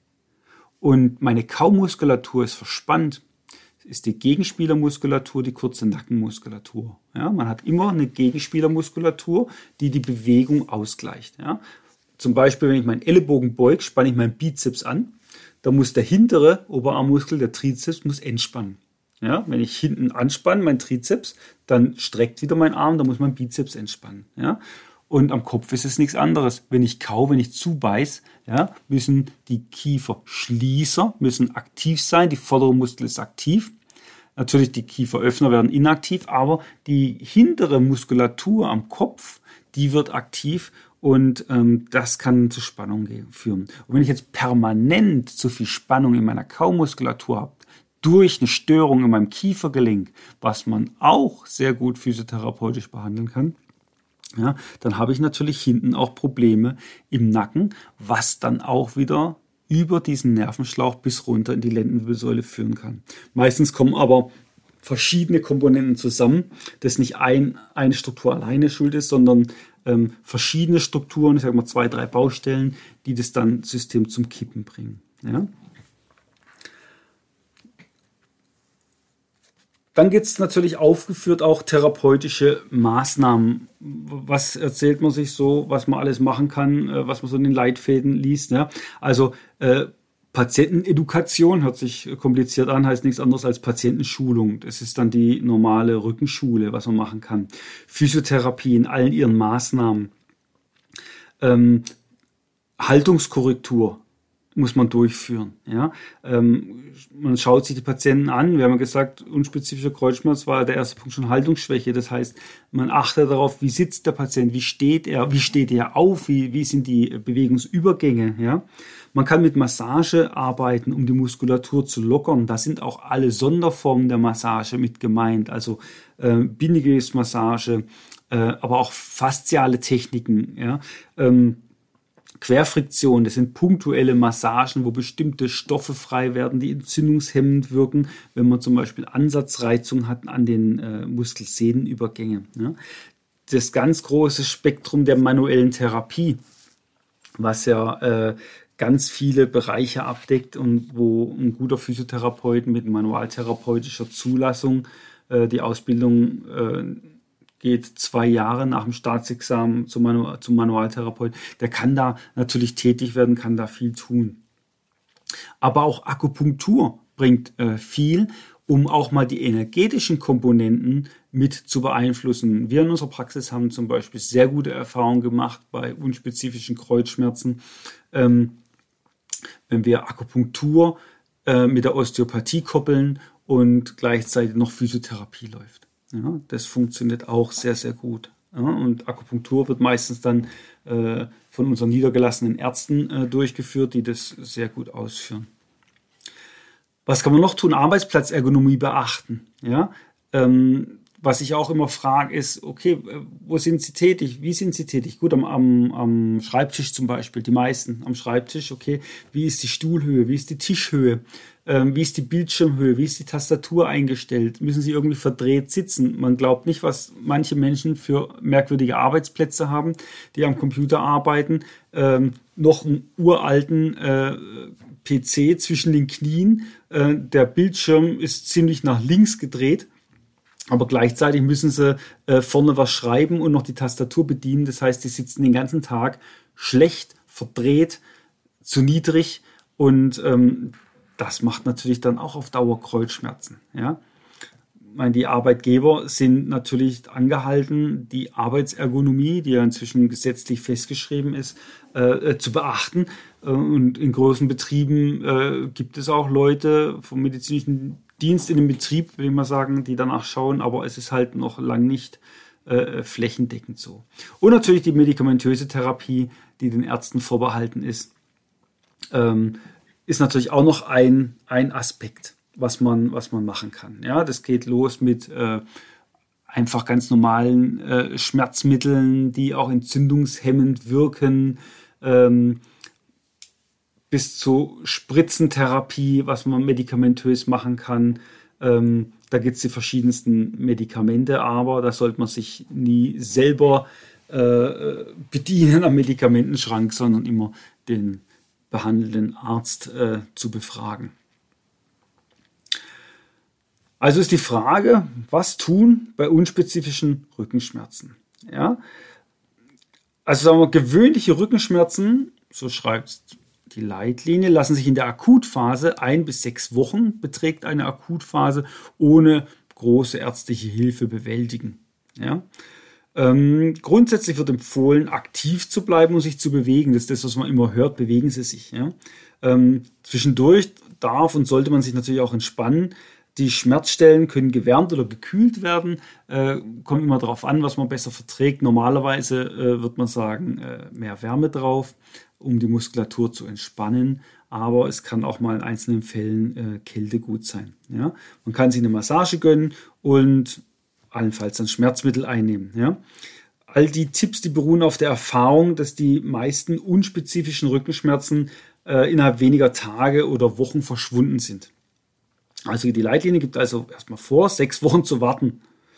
und meine Kaumuskulatur ist verspannt, ist die Gegenspielermuskulatur die kurze Nackenmuskulatur. Ja, man hat immer eine Gegenspielermuskulatur, die die Bewegung ausgleicht. Ja. Zum Beispiel, wenn ich meinen Ellenbogen beuge, spanne ich meinen Bizeps an. Da muss der hintere Oberarmmuskel, der Trizeps, muss entspannen. Ja, wenn ich hinten anspanne, mein Trizeps, dann streckt wieder mein Arm, da muss mein Bizeps entspannen. Ja. Und am Kopf ist es nichts anderes. Wenn ich kau, wenn ich zubeiß, ja, müssen die Kieferschließer müssen aktiv sein. Die vordere Muskel ist aktiv. Natürlich die Kieferöffner werden inaktiv, aber die hintere Muskulatur am Kopf, die wird aktiv und ähm, das kann zu Spannung führen. Und wenn ich jetzt permanent zu viel Spannung in meiner Kaumuskulatur habe, durch eine Störung in meinem Kiefergelenk, was man auch sehr gut physiotherapeutisch behandeln kann, ja, dann habe ich natürlich hinten auch Probleme im Nacken, was dann auch wieder über diesen Nervenschlauch bis runter in die Lendenwirbelsäule führen kann. Meistens kommen aber verschiedene Komponenten zusammen, dass nicht ein, eine Struktur alleine schuld ist, sondern ähm, verschiedene Strukturen, ich sage mal zwei, drei Baustellen, die das dann System zum Kippen bringen. Ja. Dann gibt es natürlich aufgeführt auch therapeutische Maßnahmen. Was erzählt man sich so, was man alles machen kann, was man so in den Leitfäden liest. Ja? Also äh, Patientenedukation hört sich kompliziert an, heißt nichts anderes als Patientenschulung. Das ist dann die normale Rückenschule, was man machen kann. Physiotherapie in allen ihren Maßnahmen. Ähm, Haltungskorrektur. muss man durchführen. Ja? Ähm, man schaut sich die Patienten an. Wir haben ja gesagt, unspezifischer Kreuzschmerz war der erste Punkt schon Haltungsschwäche. Das heißt, man achtet darauf, wie sitzt der Patient, wie steht er, wie steht er auf, wie, wie sind die Bewegungsübergänge. Ja? Man kann mit Massage arbeiten, um die Muskulatur zu lockern. Da sind auch alle Sonderformen der Massage mit gemeint, also äh, Bindegewebsmassage, äh, aber auch fasziale Techniken. Ja? Ähm, Querfriktion, das sind punktuelle Massagen, wo bestimmte Stoffe frei werden, die entzündungshemmend wirken, wenn man zum Beispiel Ansatzreizung hat an den äh, Muskelsehnenübergängen. Ja. Das ganz große Spektrum der manuellen Therapie, was ja äh, ganz viele Bereiche abdeckt und wo ein guter Physiotherapeut mit manualtherapeutischer Zulassung äh, die Ausbildung äh, geht zwei Jahre nach dem Staatsexamen zum, Manu- zum Manualtherapeut, der kann da natürlich tätig werden, kann da viel tun. Aber auch Akupunktur bringt äh, viel, um auch mal die energetischen Komponenten mit zu beeinflussen. Wir in unserer Praxis haben zum Beispiel sehr gute Erfahrungen gemacht bei unspezifischen Kreuzschmerzen, ähm, wenn wir Akupunktur äh, mit der Osteopathie koppeln und gleichzeitig noch Physiotherapie läuft. Ja, das funktioniert auch sehr, sehr gut. Ja, und Akupunktur wird meistens dann äh, von unseren niedergelassenen Ärzten äh, durchgeführt, die das sehr gut ausführen. Was kann man noch tun? Arbeitsplatzergonomie beachten. Ja, ähm, was ich auch immer frage ist, okay, wo sind Sie tätig? Wie sind Sie tätig? Gut, am, am, am Schreibtisch zum Beispiel, die meisten am Schreibtisch, okay. Wie ist die Stuhlhöhe? Wie ist die Tischhöhe? Ähm, wie ist die Bildschirmhöhe? Wie ist die Tastatur eingestellt? Müssen Sie irgendwie verdreht sitzen? Man glaubt nicht, was manche Menschen für merkwürdige Arbeitsplätze haben, die am Computer arbeiten. Ähm, noch einen uralten äh, P C zwischen den Knien. Äh, der Bildschirm ist ziemlich nach links gedreht. Aber gleichzeitig müssen sie äh, vorne was schreiben und noch die Tastatur bedienen. Das heißt, die sitzen den ganzen Tag schlecht, verdreht, zu niedrig. Und ähm, das macht natürlich dann auch auf Dauer Kreuzschmerzen. Ja? Ich meine, die Arbeitgeber sind natürlich angehalten, die Arbeitsergonomie, die ja inzwischen gesetzlich festgeschrieben ist, äh, zu beachten. Äh, und in großen Betrieben äh, gibt es auch Leute vom medizinischen Dienst in dem Betrieb, will ich mal sagen, die danach schauen, aber es ist halt noch lang nicht äh, flächendeckend so. Und natürlich die medikamentöse Therapie, die den Ärzten vorbehalten ist, ähm, ist natürlich auch noch ein, ein Aspekt, was man, was man machen kann. Ja, das geht los mit äh, einfach ganz normalen äh, Schmerzmitteln, die auch entzündungshemmend wirken, ähm, bis zu Spritzentherapie, was man medikamentös machen kann. Ähm, da gibt es die verschiedensten Medikamente, aber da sollte man sich nie selber äh, bedienen am Medikamentenschrank, sondern immer den behandelnden Arzt äh, zu befragen. Also ist die Frage, was tun bei unspezifischen Rückenschmerzen? Ja? Also sagen wir, gewöhnliche Rückenschmerzen, so schreibt es die Leitlinie, lassen sich in der Akutphase ein bis sechs Wochen, beträgt eine Akutphase, ohne große ärztliche Hilfe bewältigen. Ja? Ähm, grundsätzlich wird empfohlen, aktiv zu bleiben und sich zu bewegen. Das ist das, was man immer hört, bewegen Sie sich. Ja? Ähm, zwischendurch darf und sollte man sich natürlich auch entspannen. Die Schmerzstellen können gewärmt oder gekühlt werden. Äh, kommt immer darauf an, was man besser verträgt. Normalerweise äh, wird man sagen, äh, mehr Wärme drauf, um die Muskulatur zu entspannen. Aber es kann auch mal in einzelnen Fällen äh, Kälte gut sein. Ja? Man kann sich eine Massage gönnen und allenfalls ein Schmerzmittel einnehmen. Ja? All die Tipps, die beruhen auf der Erfahrung, dass die meisten unspezifischen Rückenschmerzen äh, innerhalb weniger Tage oder Wochen verschwunden sind. Also die Leitlinie gibt also erstmal vor, sechs Wochen zu warten.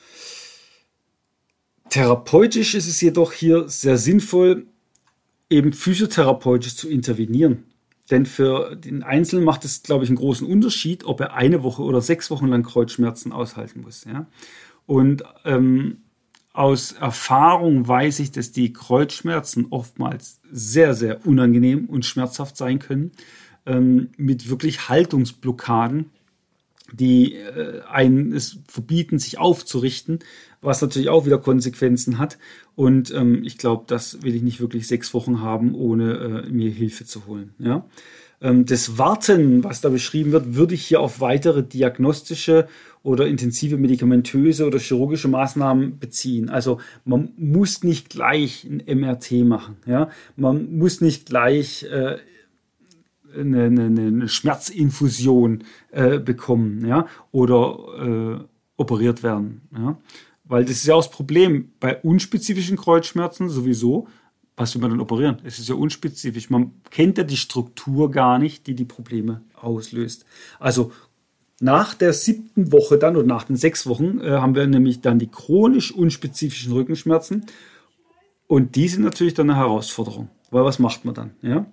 Therapeutisch ist es jedoch hier sehr sinnvoll, eben physiotherapeutisch zu intervenieren. Denn für den Einzelnen macht es, glaube ich, einen großen Unterschied, ob er eine Woche oder sechs Wochen lang Kreuzschmerzen aushalten muss. Ja? Und ähm, aus Erfahrung weiß ich, dass die Kreuzschmerzen oftmals sehr, sehr unangenehm und schmerzhaft sein können, ähm, mit wirklich Haltungsblockaden, die äh, einen es verbieten, sich aufzurichten, was natürlich auch wieder Konsequenzen hat. Und ähm, ich glaube, das will ich nicht wirklich sechs Wochen haben, ohne äh, mir Hilfe zu holen. Ja? Das Warten, was da beschrieben wird, würde ich hier auf weitere diagnostische oder intensive medikamentöse oder chirurgische Maßnahmen beziehen. Also man muss nicht gleich ein M R T machen. Ja? Man muss nicht gleich äh, eine, eine, eine Schmerzinfusion äh, bekommen, ja? Oder äh, operiert werden. Ja? Weil das ist ja auch das Problem bei unspezifischen Kreuzschmerzen sowieso. Was will man dann operieren? Es ist ja unspezifisch. Man kennt ja die Struktur gar nicht, die die Probleme auslöst. Also nach der siebten Woche dann oder nach den sechs Wochen äh, haben wir nämlich dann die chronisch unspezifischen Rückenschmerzen. Und die sind natürlich dann eine Herausforderung. Weil was macht man dann? Ja?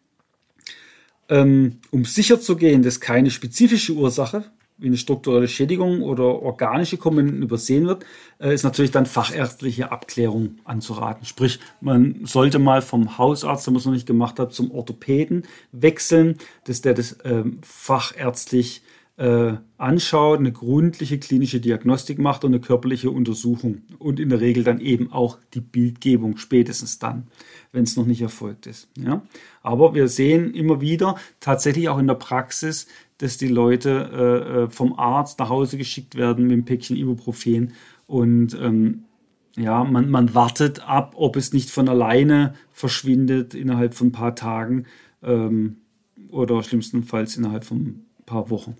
Ähm, um sicher zu gehen, dass keine spezifische Ursache wie eine strukturelle Schädigung oder organische Komponenten übersehen wird, äh, ist natürlich dann fachärztliche Abklärung anzuraten. Sprich, man sollte mal vom Hausarzt, der man es noch nicht gemacht hat, zum Orthopäden wechseln, dass der das ähm, fachärztlich äh, anschaut, eine gründliche klinische Diagnostik macht und eine körperliche Untersuchung und in der Regel dann eben auch die Bildgebung, spätestens dann, wenn es noch nicht erfolgt ist. Ja? Aber wir sehen immer wieder, tatsächlich auch in der Praxis, dass die Leute äh, vom Arzt nach Hause geschickt werden mit einem Päckchen Ibuprofen und ähm, ja, man, man wartet ab, ob es nicht von alleine verschwindet innerhalb von ein paar Tagen ähm, oder schlimmstenfalls innerhalb von ein paar Wochen.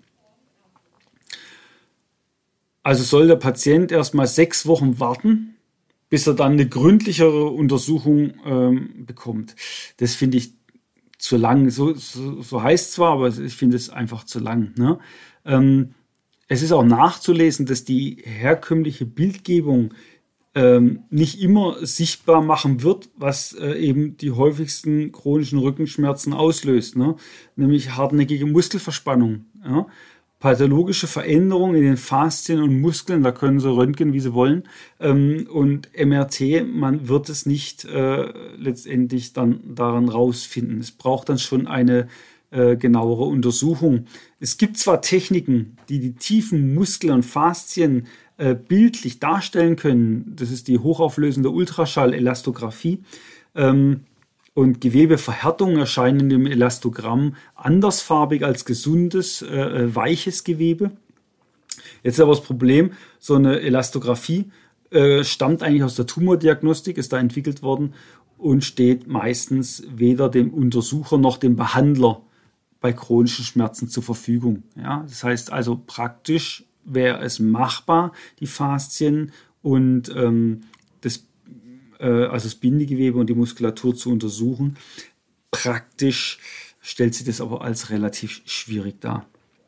Also soll der Patient erstmal sechs Wochen warten, bis er dann eine gründlichere Untersuchung ähm, bekommt. Das finde ich zu lang. So, so, so heißt zwar, aber ich finde es einfach zu lang. Ne? Ähm, es ist auch nachzulesen, dass die herkömmliche Bildgebung ähm, nicht immer sichtbar machen wird, was äh, eben die häufigsten chronischen Rückenschmerzen auslöst. Ne? Nämlich hartnäckige Muskelverspannung. Ja? Pathologische Veränderungen in den Faszien und Muskeln, da können sie röntgen, wie sie wollen. Ähm, und M R T, man wird es nicht äh, letztendlich dann daran rausfinden. Es braucht dann schon eine äh, genauere Untersuchung. Es gibt zwar Techniken, die die tiefen Muskeln und Faszien äh, bildlich darstellen können. Das ist die hochauflösende Ultraschall-Elastographie. Ähm, Und Gewebeverhärtungen erscheinen in dem Elastogramm andersfarbig als gesundes, äh, weiches Gewebe. Jetzt ist aber das Problem, so eine Elastographie äh, stammt eigentlich aus der Tumordiagnostik, ist da entwickelt worden und steht meistens weder dem Untersucher noch dem Behandler bei chronischen Schmerzen zur Verfügung. Ja? Das heißt also praktisch wäre es machbar, die Faszien und ähm, das also das Bindegewebe und die Muskulatur zu untersuchen. Praktisch stellt sich das aber als relativ schwierig dar.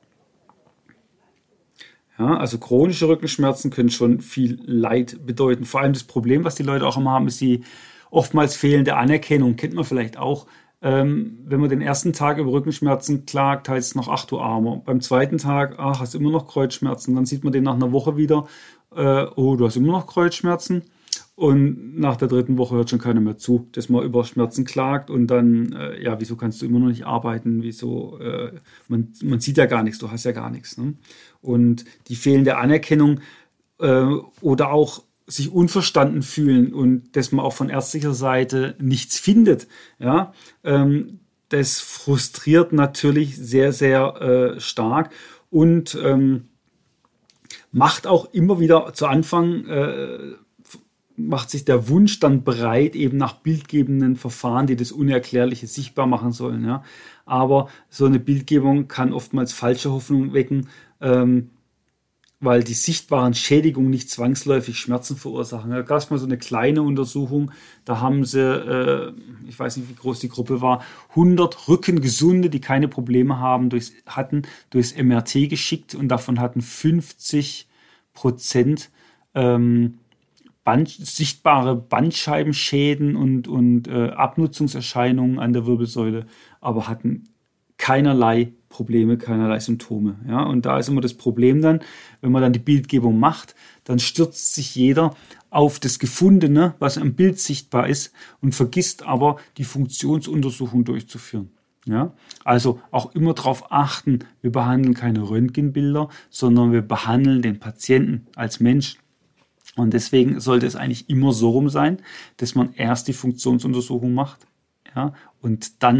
Ja, also chronische Rückenschmerzen können schon viel Leid bedeuten. Vor allem das Problem, was die Leute auch immer haben, ist die oftmals fehlende Anerkennung. Kennt man vielleicht auch. Ähm, wenn man den ersten Tag über Rückenschmerzen klagt, heißt es noch, ach du Armer. Beim zweiten Tag, ach, hast immer noch Kreuzschmerzen. Dann sieht man den nach einer Woche wieder, äh, oh, du hast immer noch Kreuzschmerzen. Und nach der dritten Woche hört schon keiner mehr zu, dass man über Schmerzen klagt und dann, äh, ja, wieso kannst du immer noch nicht arbeiten? Wieso, äh, man, man sieht ja gar nichts, du hast ja gar nichts. Ne? Und die fehlende Anerkennung äh, oder auch sich unverstanden fühlen und dass man auch von ärztlicher Seite nichts findet, ja, ähm, das frustriert natürlich sehr, sehr äh, stark und ähm, macht auch immer wieder zu Anfang äh, macht sich der Wunsch dann breit, eben nach bildgebenden Verfahren, die das Unerklärliche sichtbar machen sollen. Ja. Aber so eine Bildgebung kann oftmals falsche Hoffnung wecken, ähm, weil die sichtbaren Schädigungen nicht zwangsläufig Schmerzen verursachen. Da gab es mal so eine kleine Untersuchung, da haben sie, äh, ich weiß nicht, wie groß die Gruppe war, hundert Rückengesunde, die keine Probleme haben, durchs, hatten, durchs M R T geschickt und davon hatten fünfzig Prozent ähm, Band, sichtbare Bandscheibenschäden und, und äh, Abnutzungserscheinungen an der Wirbelsäule, aber hatten keinerlei Probleme, keinerlei Symptome. Ja? Und da ist immer das Problem dann, wenn man dann die Bildgebung macht, dann stürzt sich jeder auf das Gefundene, was am Bild sichtbar ist und vergisst aber, die Funktionsuntersuchung durchzuführen. Ja? Also auch immer darauf achten, wir behandeln keine Röntgenbilder, sondern wir behandeln den Patienten als Mensch. Und deswegen sollte es eigentlich immer so rum sein, dass man erst die Funktionsuntersuchung macht, ja, und dann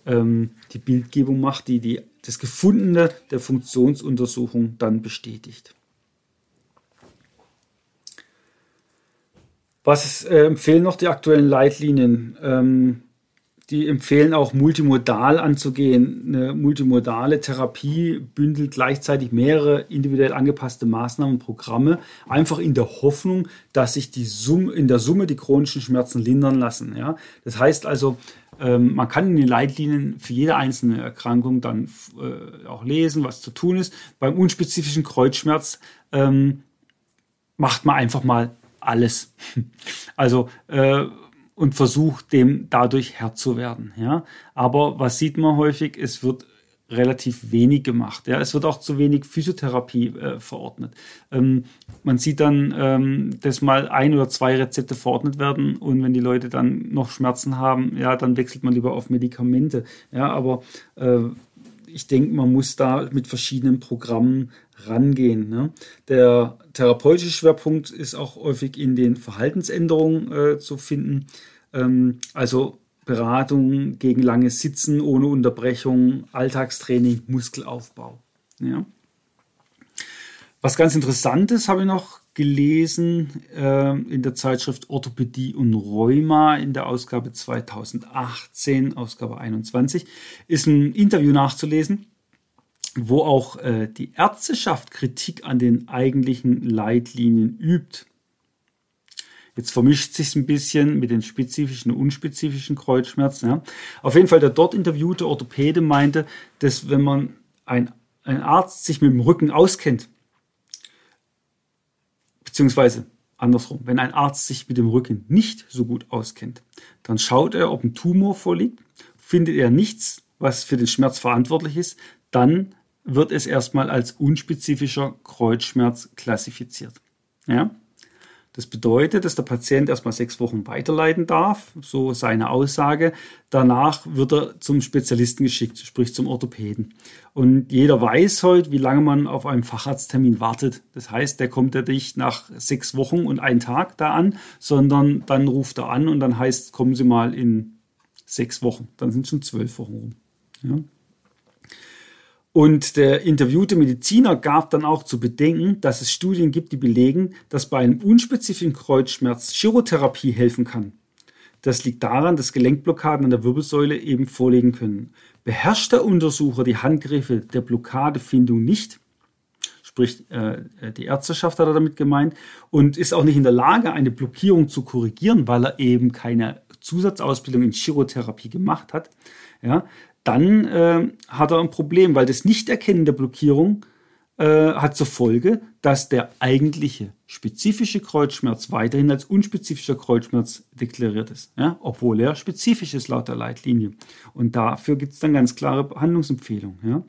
ähm, die Bildgebung macht, die, die das Gefundene der Funktionsuntersuchung dann bestätigt. Was ist, äh, empfehlen noch die aktuellen Leitlinien? Ähm, die empfehlen auch multimodal anzugehen. Eine multimodale Therapie bündelt gleichzeitig mehrere individuell angepasste Maßnahmen und Programme, einfach in der Hoffnung, dass sich die Summe, in der Summe die chronischen Schmerzen lindern lassen. Ja? Das heißt also, ähm, man kann in den Leitlinien für jede einzelne Erkrankung dann äh, auch lesen, was zu tun ist. Beim unspezifischen Kreuzschmerz ähm, macht man einfach mal alles. Also äh, und versucht dem dadurch Herr zu werden. Ja? Aber was sieht man häufig? Es wird relativ wenig gemacht. Ja? Es wird auch zu wenig Physiotherapie äh, verordnet. Ähm, man sieht dann, ähm, dass mal ein oder zwei Rezepte verordnet werden und wenn die Leute dann noch Schmerzen haben, ja, dann wechselt man lieber auf Medikamente. Ja? Aber äh, ich denke, man muss da mit verschiedenen Programmen rangehen. Ne? Der therapeutische Schwerpunkt ist auch häufig in den Verhaltensänderungen äh, zu finden. Ähm, also Beratung gegen langes Sitzen ohne Unterbrechung, Alltagstraining, Muskelaufbau. Ja? Was ganz Interessantes habe ich noch gelesen äh, in der Zeitschrift Orthopädie und Rheuma in der Ausgabe zweitausendachtzehn, Ausgabe einundzwanzig, ist ein Interview nachzulesen, wo auch äh, die Ärzteschaft Kritik an den eigentlichen Leitlinien übt. Jetzt vermischt sich ein bisschen mit den spezifischen und unspezifischen Kreuzschmerzen. Ja. Auf jeden Fall der dort interviewte Orthopäde meinte, dass wenn man ein, ein Arzt sich mit dem Rücken auskennt, beziehungsweise andersrum, wenn ein Arzt sich mit dem Rücken nicht so gut auskennt, dann schaut er, ob ein Tumor vorliegt, findet er nichts, was für den Schmerz verantwortlich ist, dann wird es erstmal als unspezifischer Kreuzschmerz klassifiziert. Ja? Das bedeutet, dass der Patient erstmal sechs Wochen weiterleiden darf, so seine Aussage. Danach wird er zum Spezialisten geschickt, sprich zum Orthopäden. Und jeder weiß heute, wie lange man auf einen Facharzttermin wartet. Das heißt, der kommt ja nicht nach sechs Wochen und einen Tag da an, sondern dann ruft er an und dann heißt, kommen Sie mal in sechs Wochen. Dann sind schon zwölf Wochen rum. Ja. Und der interviewte Mediziner gab dann auch zu bedenken, dass es Studien gibt, die belegen, dass bei einem unspezifischen Kreuzschmerz Chirotherapie helfen kann. Das liegt daran, dass Gelenkblockaden an der Wirbelsäule eben vorliegen können. Beherrscht der Untersucher die Handgriffe der Blockadefindung nicht, sprich äh, die Ärzteschaft hat er damit gemeint, und ist auch nicht in der Lage, eine Blockierung zu korrigieren, weil er eben keine Zusatzausbildung in Chirotherapie gemacht hat, ja, dann äh, hat er ein Problem, weil das Nichterkennen der Blockierung äh, hat zur Folge, dass der eigentliche spezifische Kreuzschmerz weiterhin als unspezifischer Kreuzschmerz deklariert ist, ja, obwohl er spezifisch ist laut der Leitlinie. Und dafür gibt es dann ganz klare Behandlungsempfehlungen. Ja.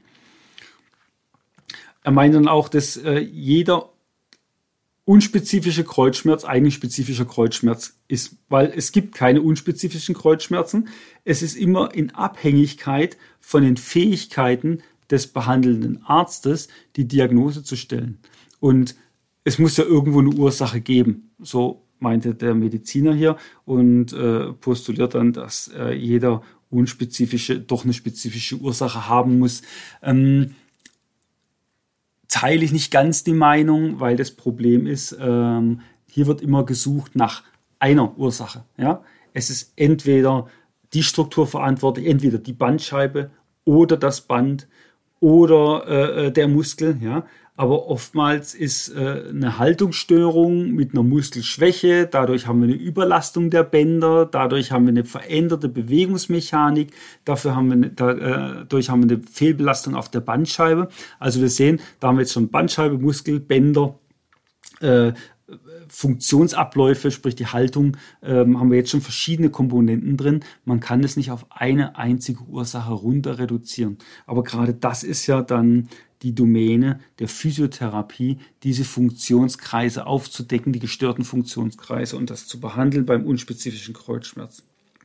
Er meint dann auch, dass äh, jeder unspezifische Kreuzschmerz eigentlich spezifischer Kreuzschmerz ist, weil es gibt keine unspezifischen Kreuzschmerzen. Es ist immer in Abhängigkeit von den Fähigkeiten des behandelnden Arztes, die Diagnose zu stellen. Und es muss ja irgendwo eine Ursache geben, so meinte der Mediziner hier und äh, postuliert dann, dass äh, jeder unspezifische doch eine spezifische Ursache haben muss. Ähm, teile ich nicht ganz die Meinung, weil das Problem ist, ähm, hier wird immer gesucht nach einer Ursache. Ja? Es ist entweder die Struktur verantwortlich, entweder die Bandscheibe oder das Band oder äh, der Muskel. Ja? Aber oftmals ist äh, eine Haltungsstörung mit einer Muskelschwäche, dadurch haben wir eine Überlastung der Bänder, dadurch haben wir eine veränderte Bewegungsmechanik, dafür haben wir eine, dadurch haben wir eine Fehlbelastung auf der Bandscheibe. Also wir sehen, da haben wir jetzt schon Bandscheibe, Muskel, Bänder, äh, Funktionsabläufe, sprich die Haltung, ähm, haben wir jetzt schon verschiedene Komponenten drin. Man kann es nicht auf eine einzige Ursache runter reduzieren. Aber gerade das ist ja dann die Domäne der Physiotherapie, diese Funktionskreise aufzudecken, die gestörten Funktionskreise und das zu behandeln beim unspezifischen Kreuzschmerz.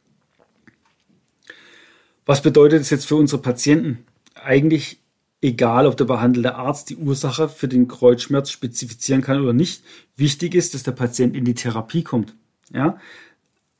Was bedeutet das jetzt für unsere Patienten? Eigentlich egal, ob der behandelnde Arzt die Ursache für den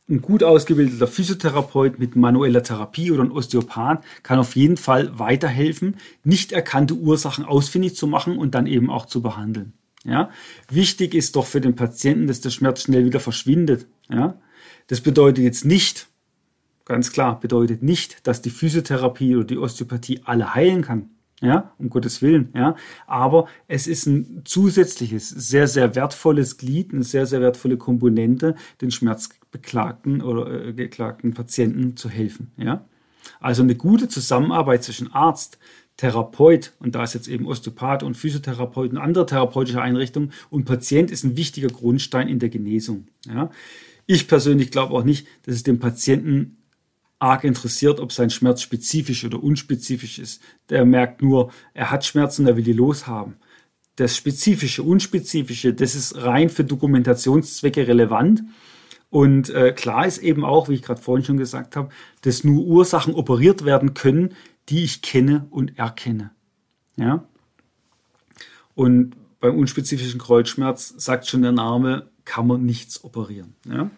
ein gut ausgebildeter Physiotherapeut mit manueller Therapie oder ein Osteopath kann auf jeden Fall weiterhelfen, nicht erkannte Ursachen ausfindig zu machen und dann eben auch zu behandeln. Ja? Wichtig ist doch für den Patienten, dass der Schmerz schnell wieder verschwindet. Ja? Das bedeutet jetzt nicht, ganz klar, bedeutet nicht, dass die Physiotherapie oder die Osteopathie alle heilen kann. Ja, um Gottes Willen, ja. Aber es ist ein zusätzliches, sehr, sehr wertvolles Glied, eine sehr, sehr wertvolle Komponente, den schmerzbeklagten oder äh, geklagten Patienten zu helfen, ja. Also eine gute Zusammenarbeit zwischen Arzt, Therapeut, und da ist jetzt eben Osteopath und Physiotherapeut und andere therapeutische Einrichtungen, und Patient ist ein wichtiger Grundstein in der Genesung, ja. Ich persönlich glaube auch nicht, dass es dem Patienten arg interessiert, ob sein Schmerz spezifisch oder unspezifisch ist. Der merkt nur, er hat Schmerzen, er will die loshaben. Das Spezifische, Unspezifische, das ist rein für Dokumentationszwecke relevant. Und äh, klar ist eben auch, wie ich gerade vorhin schon gesagt habe, dass nur Ursachen operiert werden können, die ich kenne und erkenne. Ja? Und beim unspezifischen Kreuzschmerz, sagt schon der Name, kann man nichts operieren. Ja?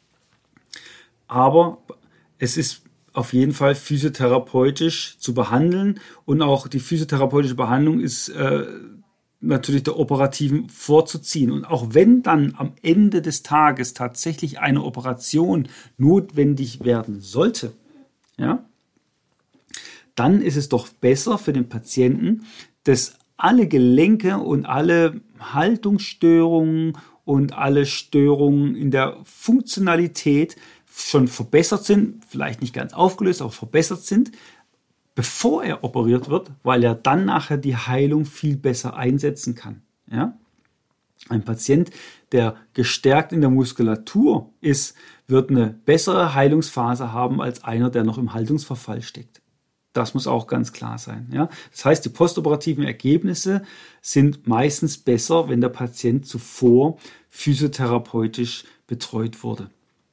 Aber es ist auf jeden Fall physiotherapeutisch zu behandeln, und auch die physiotherapeutische Behandlung ist äh, natürlich der operativen vorzuziehen. Und auch wenn dann am Ende des Tages tatsächlich eine Operation notwendig werden sollte, ja, dann ist es doch besser für den Patienten, dass alle Gelenke und alle Haltungsstörungen und alle Störungen in der Funktionalität schon verbessert sind, vielleicht nicht ganz aufgelöst, aber verbessert sind, bevor er operiert wird, weil er dann nachher die Heilung viel besser einsetzen kann. Ja? Ein Patient, der gestärkt in der Muskulatur ist, wird eine bessere Heilungsphase haben als einer, der noch im Haltungsverfall steckt. Das muss auch ganz klar sein. Ja? Das heißt, die postoperativen Ergebnisse sind meistens besser, wenn der Patient zuvor physiotherapeutisch betreut wurde.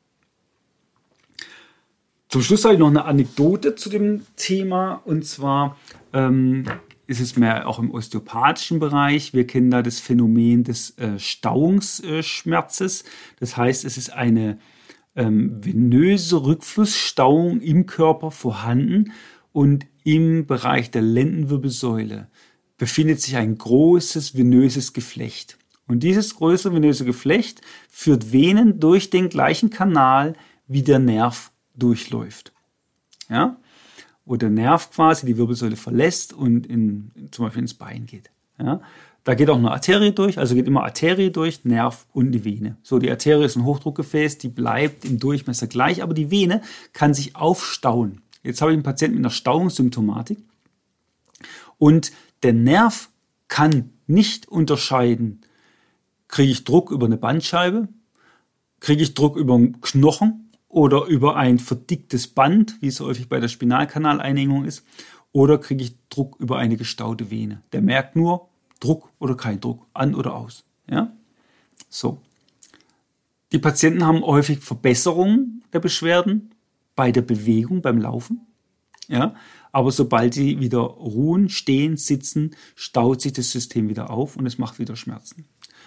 Zum Schluss habe ich noch eine Anekdote zu dem Thema, und zwar ähm, ist es mehr auch im osteopathischen Bereich. Wir kennen da das Phänomen des äh, Stauungsschmerzes. Das heißt, es ist eine ähm, venöse Rückflussstauung im Körper vorhanden, und im Bereich der Lendenwirbelsäule befindet sich ein großes venöses Geflecht. Und dieses große venöse Geflecht führt Venen durch den gleichen Kanal, wie der Nerv durchläuft. Ja? Wo der Nerv quasi die Wirbelsäule verlässt und in, zum Beispiel ins Bein geht. Ja? Da geht auch eine Arterie durch, also geht immer Arterie durch, Nerv und die Vene. So, die Arterie ist ein Hochdruckgefäß, die bleibt im Durchmesser gleich, aber die Vene kann sich aufstauen. Jetzt habe ich einen Patienten mit einer Stauungssymptomatik, und der Nerv kann nicht unterscheiden, kriege ich Druck über eine Bandscheibe, kriege ich Druck über einen Knochen oder über ein verdicktes Band, wie es häufig bei der Spinalkanaleinengung ist, oder kriege ich Druck über eine gestaute Vene. Der merkt nur Druck oder kein Druck, an oder aus. Ja? So. Die Patienten haben häufig Verbesserungen der Beschwerden bei der Bewegung, beim Laufen. Ja? Aber sobald sie wieder ruhen, stehen, sitzen, staut sich das System wieder auf und es macht wieder Schmerzen.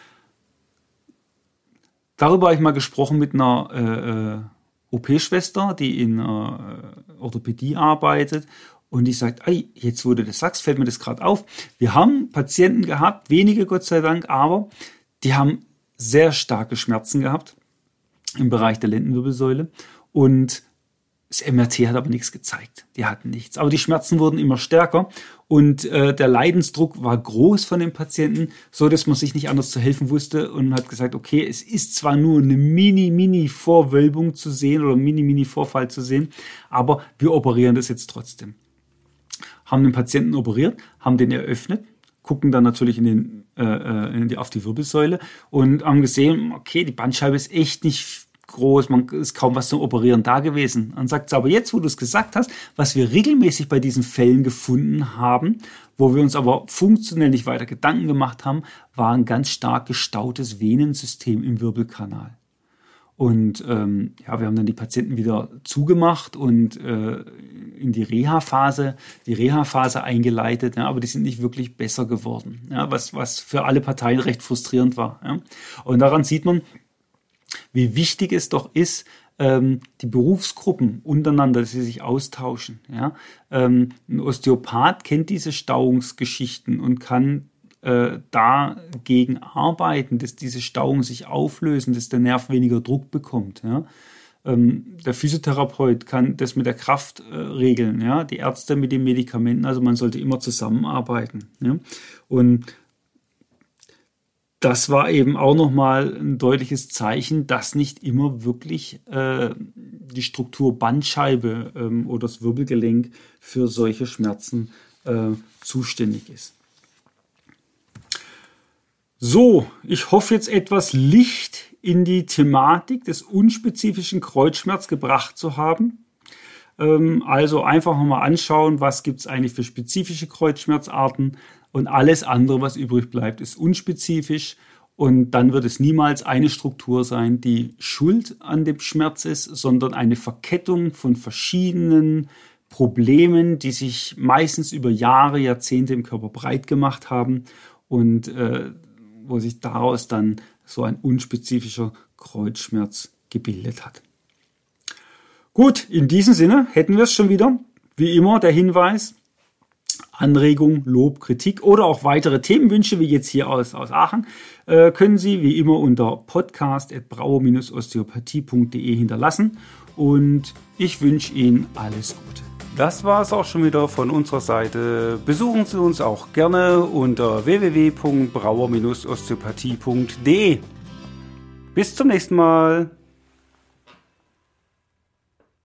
Darüber habe ich mal gesprochen mit einer äh, O P-Schwester, die in äh, Orthopädie arbeitet, und die sagt, ey, jetzt wo du das sagst, fällt mir das gerade auf. Wir haben Patienten gehabt, wenige Gott sei Dank, aber die haben sehr starke Schmerzen gehabt im Bereich der Lendenwirbelsäule, und das M R T hat aber nichts gezeigt. Die hatten nichts. Aber die Schmerzen wurden immer stärker, und äh, der Leidensdruck war groß von den Patienten, so dass man sich nicht anders zu helfen wusste, und hat gesagt, okay, es ist zwar nur eine Mini-Mini-Vorwölbung zu sehen oder Mini-Mini-Vorfall zu sehen, aber wir operieren das jetzt trotzdem. Haben den Patienten operiert, haben den eröffnet, gucken dann natürlich in den, äh, in die, auf die Wirbelsäule und haben gesehen, okay, die Bandscheibe ist echt nicht groß, man ist kaum was zum Operieren da gewesen. Dann sagt sie, aber jetzt, wo du es gesagt hast, was wir regelmäßig bei diesen Fällen gefunden haben, wo wir uns aber funktionell nicht weiter Gedanken gemacht haben, war ein ganz stark gestautes Venensystem im Wirbelkanal. Und ähm, ja, wir haben dann die Patienten wieder zugemacht und äh, in die Reha-Phase, die Reha-Phase eingeleitet, ja, aber die sind nicht wirklich besser geworden, ja, was, was für alle Parteien recht frustrierend war. Ja. Und daran sieht man, wie wichtig es doch ist, ähm, die Berufsgruppen untereinander, dass sie sich austauschen. Ja? Ähm, ein Osteopath kennt diese Stauungsgeschichten und kann äh, dagegen arbeiten, dass diese Stauungen sich auflösen, dass der Nerv weniger Druck bekommt. Ja? Ähm, der Physiotherapeut kann das mit der Kraft äh, regeln, ja? Die Ärzte mit den Medikamenten, also man sollte immer zusammenarbeiten. Ja? Und das war eben auch nochmal ein deutliches Zeichen, dass nicht immer wirklich äh, die Struktur Bandscheibe ähm, oder das Wirbelgelenk für solche Schmerzen äh, zuständig ist. So, ich hoffe jetzt etwas Licht in die Thematik des unspezifischen Kreuzschmerz gebracht zu haben. Ähm, also einfach mal anschauen, was gibt es eigentlich für spezifische Kreuzschmerzarten. Und alles andere, was übrig bleibt, ist unspezifisch. Und dann wird es niemals eine Struktur sein, die schuld an dem Schmerz ist, sondern eine Verkettung von verschiedenen Problemen, die sich meistens über Jahre, Jahrzehnte im Körper breit gemacht haben und äh, wo sich daraus dann so ein unspezifischer Kreuzschmerz gebildet hat. Gut, in diesem Sinne hätten wir es schon wieder. Wie immer der Hinweis: Anregung, Lob, Kritik oder auch weitere Themenwünsche, wie jetzt hier aus, aus Aachen, äh, können Sie wie immer unter podcast at brauer Bindestrich osteopathie punkt de hinterlassen. Und ich wünsche Ihnen alles Gute. Das war es auch schon wieder von unserer Seite. Besuchen Sie uns auch gerne unter w w w punkt brauer Bindestrich osteopathie punkt de. Bis zum nächsten Mal.